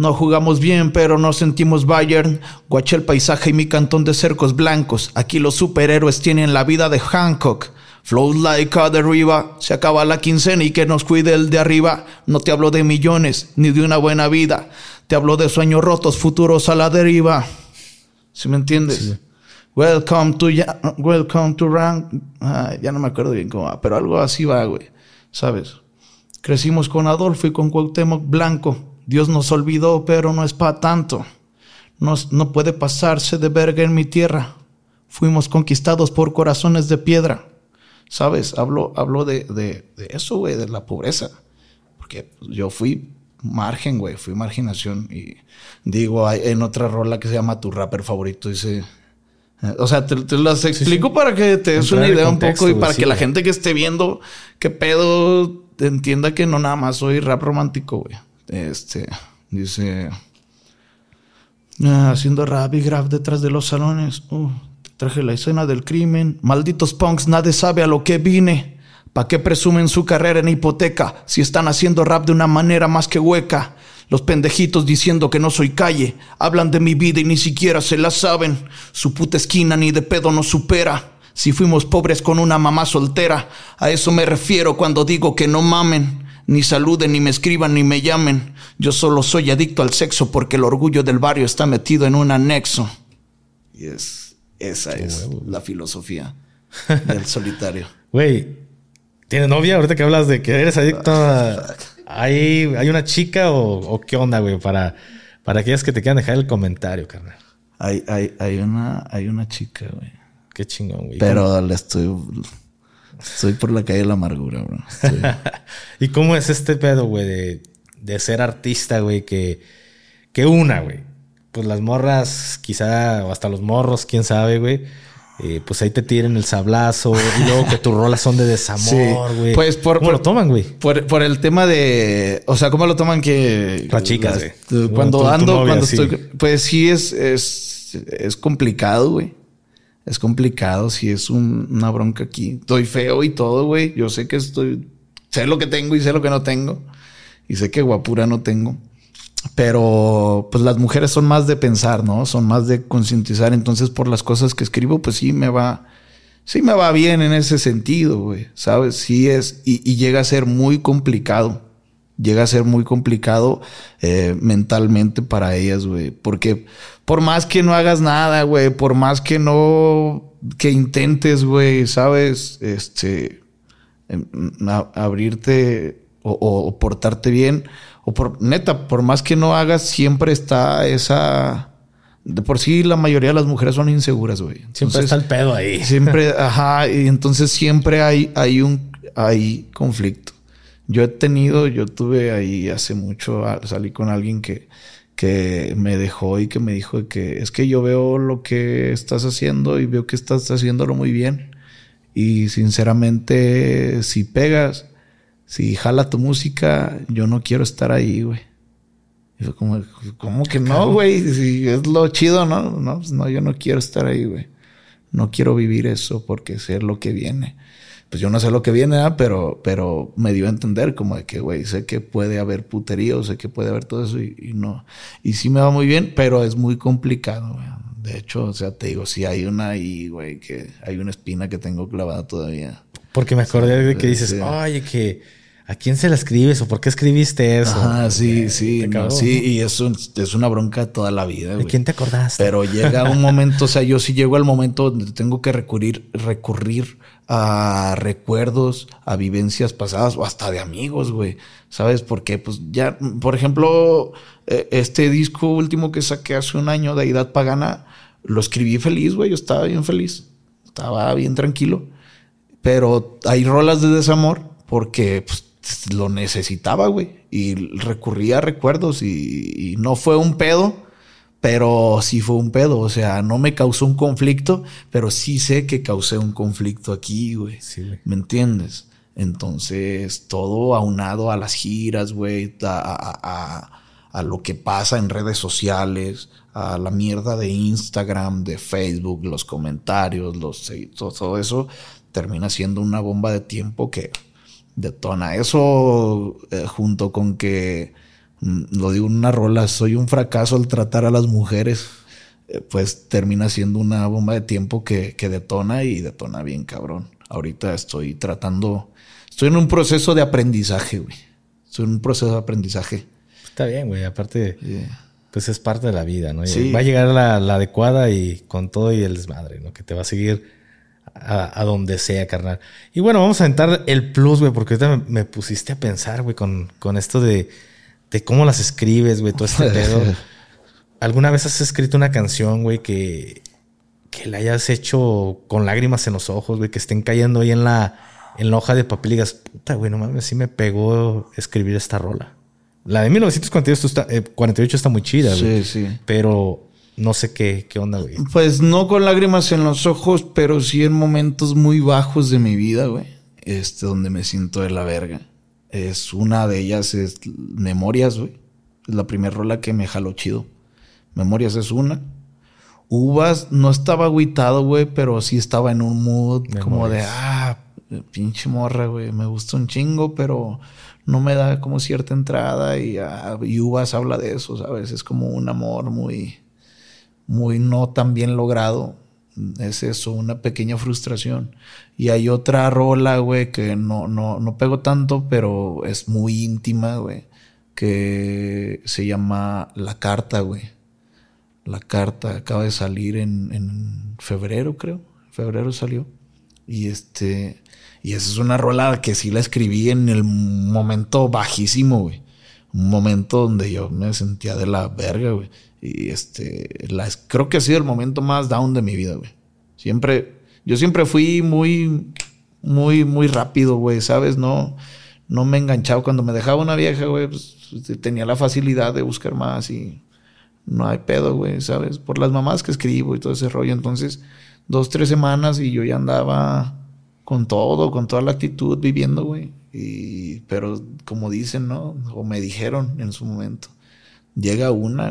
nos sentimos Bayern. Guaché el paisaje y mi cantón de cercos blancos. Aquí los superhéroes tienen la vida de Hancock. Flows like a deriva. Se acaba la quincena y que nos cuide el de arriba. No te hablo de millones ni de una buena vida. Te hablo de sueños rotos, futuros a la deriva. ¿Sí me entiendes? Sí. Welcome to rank. Ya no me acuerdo bien cómo va, pero algo así va, güey. ¿Sabes? Crecimos con Adolfo y con Cuauhtémoc Blanco. Dios nos olvidó, pero no es pa' tanto. No puede pasarse de verga en mi tierra. Fuimos conquistados por corazones de piedra. ¿Sabes? Hablo de eso, güey, de la pobreza. Porque yo fui margen, güey. Fui marginación. Y digo, hay en otra rola que se llama Tu Rapper Favorito, dice... O sea, te las explico sí. Para que te des una idea contexto, un poco y para que la gente que esté viendo qué pedo entienda que no nada más soy rap romántico, güey. Dice... haciendo rap y graf detrás de los salones. Traje la escena del crimen. Malditos punks, nadie sabe a lo que vine. ¿Pa' qué presumen su carrera en hipoteca si están haciendo rap de una manera más que hueca? Los pendejitos diciendo que no soy calle. Hablan de mi vida y ni siquiera se la saben. Su puta esquina ni de pedo nos supera. Si fuimos pobres con una mamá soltera. A eso me refiero cuando digo que no mamen. Ni saluden, ni me escriban, ni me llamen. Yo solo soy adicto al sexo porque el orgullo del barrio está metido en un anexo. Y esa es la filosofía del solitario. Güey, ¿tienes novia? Ahorita que hablas de que eres adicto a... ¿Hay una chica o qué onda, güey? Para aquellas que te quieran dejar el comentario, carnal. Hay una chica, güey. Qué chingón, güey. Pero le estoy por la calle de la amargura, bro. ¿Y cómo es este pedo, güey, de ser artista, güey? Que güey. Pues las morras, quizá, o hasta los morros, quién sabe, güey. Pues ahí te tiren el sablazo y luego que tus rolas son de desamor, güey. Sí. Pues ¿Cómo lo toman, güey? Por el tema de... O sea, ¿cómo lo toman que... Las chicas, güey. Cuando estoy... Pues sí es complicado, güey. Es complicado. Sí es una bronca aquí. Estoy feo y todo, güey. Yo sé que sé lo que tengo y sé lo que no tengo. Y sé que guapura no tengo. Pero pues las mujeres son más de pensar, ¿no? Son más de concientizar. Entonces por las cosas que escribo pues sí me va bien en ese sentido, güey, ¿sabes? Sí es y llega a ser muy complicado. Llega a ser muy complicado mentalmente para ellas, güey. Porque por más que no hagas nada, güey, por más que intentes, güey, ¿sabes? Abrirte o portarte bien. O por más que no hagas, siempre está esa... De por sí, la mayoría de las mujeres son inseguras, güey. Siempre está el pedo ahí. Siempre, ajá. Y entonces siempre hay conflicto. Yo tuve ahí hace mucho... Salí con alguien que me dejó y que me dijo que... Es que yo veo lo que estás haciendo y veo que estás haciéndolo muy bien. Y sinceramente, si pegas... Si jala tu música, yo no quiero estar ahí, güey. Y fue como, ¿cómo que no, güey? Si es lo chido, ¿no? No, pues no, yo no quiero estar ahí, güey. No quiero vivir eso porque sé lo que viene. Pues yo no sé lo que viene, ¿eh? Pero me dio a entender como de que, güey, sé que puede haber puterío, sé que puede haber todo eso y no. Y sí me va muy bien, pero es muy complicado, güey. De hecho, o sea, te digo, sí hay una ahí, güey, que hay una espina que tengo clavada todavía. Porque me acordé de que dices, oye, que... ¿A quién se la escribes o por qué escribiste eso? Ah, sí. Y eso es una bronca toda la vida, güey. ¿De quién te acordaste? Pero llega un momento, o sea, yo sí llego al momento donde tengo que recurrir a recuerdos, a vivencias pasadas o hasta de amigos, güey. ¿Sabes? Porque, pues ya, por ejemplo, este disco último que saqué hace un año, de Deidad Pagana, lo escribí feliz, güey. Yo estaba bien feliz. Estaba bien tranquilo. Pero hay rolas de desamor porque, pues, lo necesitaba, güey. Y recurría a recuerdos y no fue un pedo, pero sí fue un pedo. O sea, no me causó un conflicto, pero sí sé que causé un conflicto aquí, güey. Sí, güey. ¿Me entiendes? Entonces, todo aunado a las giras, güey, a lo que pasa en redes sociales, a la mierda de Instagram, de Facebook, los comentarios, todo eso, termina siendo una bomba de tiempo que detona. Eso, junto con que, lo digo en una rola, soy un fracaso al tratar a las mujeres, pues termina siendo una bomba de tiempo que detona y detona bien cabrón. Ahorita estoy en un proceso de aprendizaje, güey. Estoy en un proceso de aprendizaje. Está bien, güey. Aparte, pues es parte de la vida, ¿no? Sí. Va a llegar la adecuada y con todo y el desmadre, ¿no? Que te va a seguir a donde sea, carnal. Y bueno, vamos a aventar el plus, güey, porque ahorita me pusiste a pensar, güey, con esto de cómo las escribes, güey, todo este pedo. ¿Alguna vez has escrito una canción, güey, que la hayas hecho con lágrimas en los ojos, güey, que estén cayendo ahí en la hoja de papel y digas, puta, güey, no mames, sí me pegó escribir esta rola? La de 1948 está muy chida, güey. Sí, sí. Pero no sé qué onda, güey. Pues no con lágrimas en los ojos, pero sí en momentos muy bajos de mi vida, güey. Donde me siento de la verga. Una de ellas es Memorias, güey. Es la primera rola que me jaló chido. Memorias es una. Uvas, no estaba agüitado, güey, pero sí estaba en un mood como de, pinche morra, güey, me gusta un chingo, pero no me da como cierta entrada. Y Uvas habla de eso, ¿sabes? Es como un amor muy, muy no tan bien logrado. Es eso, una pequeña frustración. Y hay otra rola, güey, que no pego tanto, pero es muy íntima, güey, que se llama La Carta, güey. La Carta acaba de salir en febrero, creo. En febrero salió. Y esa es una rola que sí la escribí en el momento bajísimo, güey. Un momento donde yo me sentía de la verga, güey. Y creo que ha sido el momento más down de mi vida, güey. Yo siempre fui muy, muy, muy rápido, güey, ¿sabes? No me enganchaba. Cuando me dejaba una vieja, güey, pues tenía la facilidad de buscar más y no hay pedo, güey, ¿sabes? Por las mamás que escribo y todo ese rollo. Entonces, 2-3 semanas y yo ya andaba con toda la actitud viviendo, güey. Pero como dicen, ¿no? O me dijeron en su momento, llega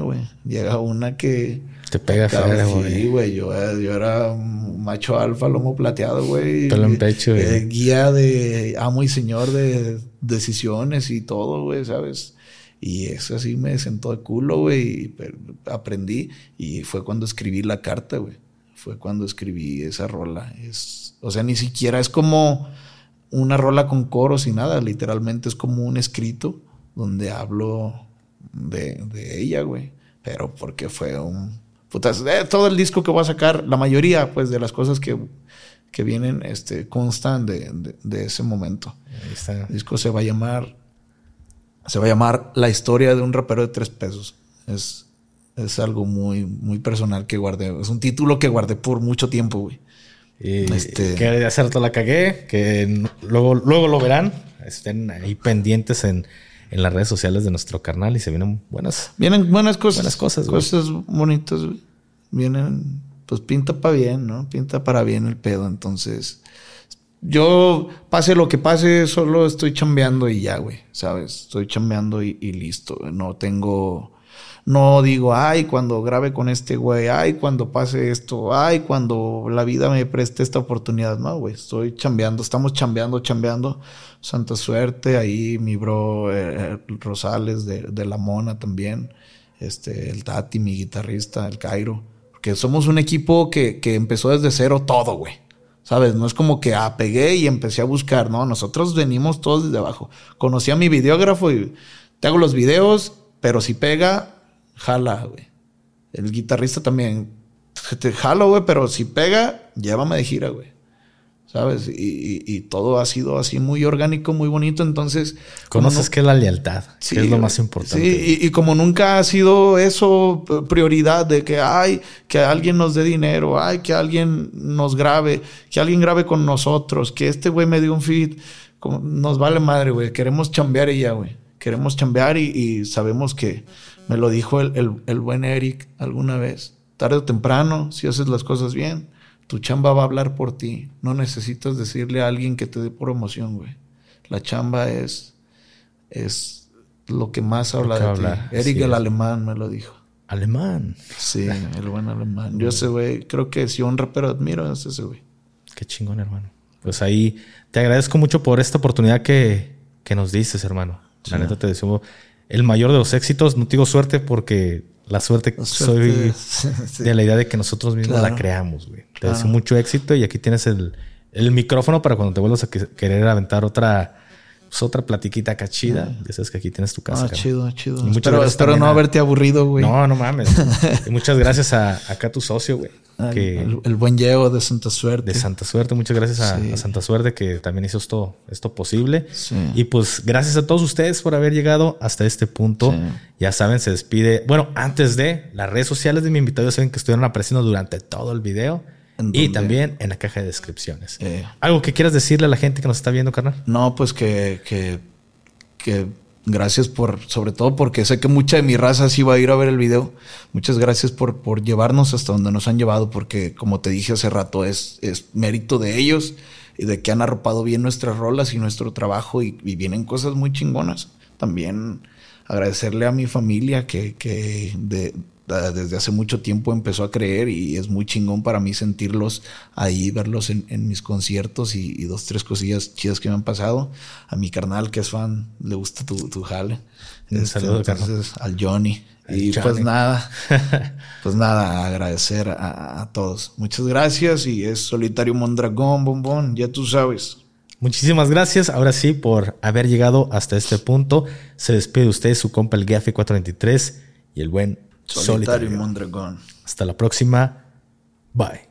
una que te pega feo, güey. Sí, güey, yo era un macho alfa, lomo plateado, güey. Pelo en pecho, güey. Guía de amo y señor de decisiones y todo, güey, ¿sabes? Y eso así me sentó de culo, güey. Aprendí. Y fue cuando escribí La Carta, güey. Fue cuando escribí esa rola. O sea, ni siquiera es como una rola con coros y nada. Literalmente es como un escrito donde hablo de ella, güey. Pero porque fue putas, todo el disco que voy a sacar, la mayoría, pues, de las cosas que vienen, constan de ese momento. Ahí está. El disco se va a llamar La historia de un rapero de 3 pesos. Es algo muy, muy personal que guardé. Es un título que guardé por mucho tiempo, güey. Que hace rato la cagué, que luego lo verán. Estén ahí pendientes en las redes sociales de nuestro carnal y se vienen buenas cosas. Buenas cosas, güey. Cosas bonitas, güey. Vienen, pues pinta para bien, ¿no? Pinta para bien el pedo. Entonces, yo, pase lo que pase, solo estoy chambeando y ya, güey, ¿sabes? Estoy chambeando y listo. No digo, ay, cuando grabe con este güey, ay, cuando pase esto, ay, cuando la vida me preste esta oportunidad. No, güey, estoy chambeando, estamos chambeando. Santa suerte, ahí mi bro Rosales de La Mona también, el Tati, mi guitarrista, el Cairo. Porque somos un equipo que empezó desde cero todo, güey. ¿Sabes? No es como que pegué y empecé a buscar, ¿no? Nosotros venimos todos desde abajo. Conocí a mi videógrafo y te hago los videos, pero si pega, jala, güey. El guitarrista también, te jalo, güey, pero si pega, llévame de gira, güey. ¿Sabes? Y todo ha sido así muy orgánico, muy bonito. Entonces, conoces que es la lealtad, sí, que es lo más importante. Sí, y como nunca ha sido eso prioridad de que alguien nos dé dinero, que alguien nos grabe, que alguien grabe con nosotros, que este güey me dio un feed, nos vale madre, güey. Queremos chambear y ya, güey. Queremos chambear y sabemos que me lo dijo el buen Eric alguna vez. Tarde o temprano, si haces las cosas bien, tu chamba va a hablar por ti. No necesitas decirle a alguien que te dé promoción, güey. La chamba es lo que más habla de ti. Eric el alemán me lo dijo. ¿Alemán? Sí, el buen alemán. Yo ese güey, creo que si un rapero admiro es ese güey. Qué chingón, hermano. pues ahí te agradezco mucho por esta oportunidad que nos dices, hermano. La neta te deseo el mayor de los éxitos. No te digo suerte porque la suerte soy de la idea de que nosotros mismos la creamos, güey. Te deseo mucho éxito y aquí tienes el micrófono para cuando te vuelvas a querer aventar otra platiquita cachida. Ya sabes que aquí tienes tu casa. Chido. Espero no haberte aburrido, güey. No mames. Y muchas gracias a acá tu socio, güey. El buen Diego de Santa Suerte. De Santa Suerte. Muchas gracias a Santa Suerte que también hizo esto posible. Sí. Y pues gracias a todos ustedes por haber llegado hasta este punto. Sí. Ya saben, se despide. Bueno, antes de las redes sociales de mi invitado, ya saben que estuvieron apareciendo durante todo el video. Y también en la caja de descripciones. ¿Algo que quieras decirle a la gente que nos está viendo, carnal? No, pues que gracias sobre todo porque sé que mucha de mi raza sí va a ir a ver el video. Muchas gracias por llevarnos hasta donde nos han llevado, porque como te dije hace rato, es mérito de ellos y de que han arropado bien nuestras rolas y nuestro trabajo y vienen cosas muy chingonas. También agradecerle a mi familia que desde hace mucho tiempo empezó a creer y es muy chingón para mí sentirlos ahí, verlos en mis conciertos y 2, 3 cosillas chidas que me han pasado. A mi carnal que es fan, le gusta tu jale. Un saludo, entonces, al Johnny. Y Johnny. Pues nada, agradecer a todos. Muchas gracias y es Solitario Mondragón, bombón, ya tú sabes. Muchísimas gracias, ahora sí, por haber llegado hasta este punto. Se despide de usted su compa el Gafe 423 y el buen Solitario Mondragón. Hasta la próxima. Bye.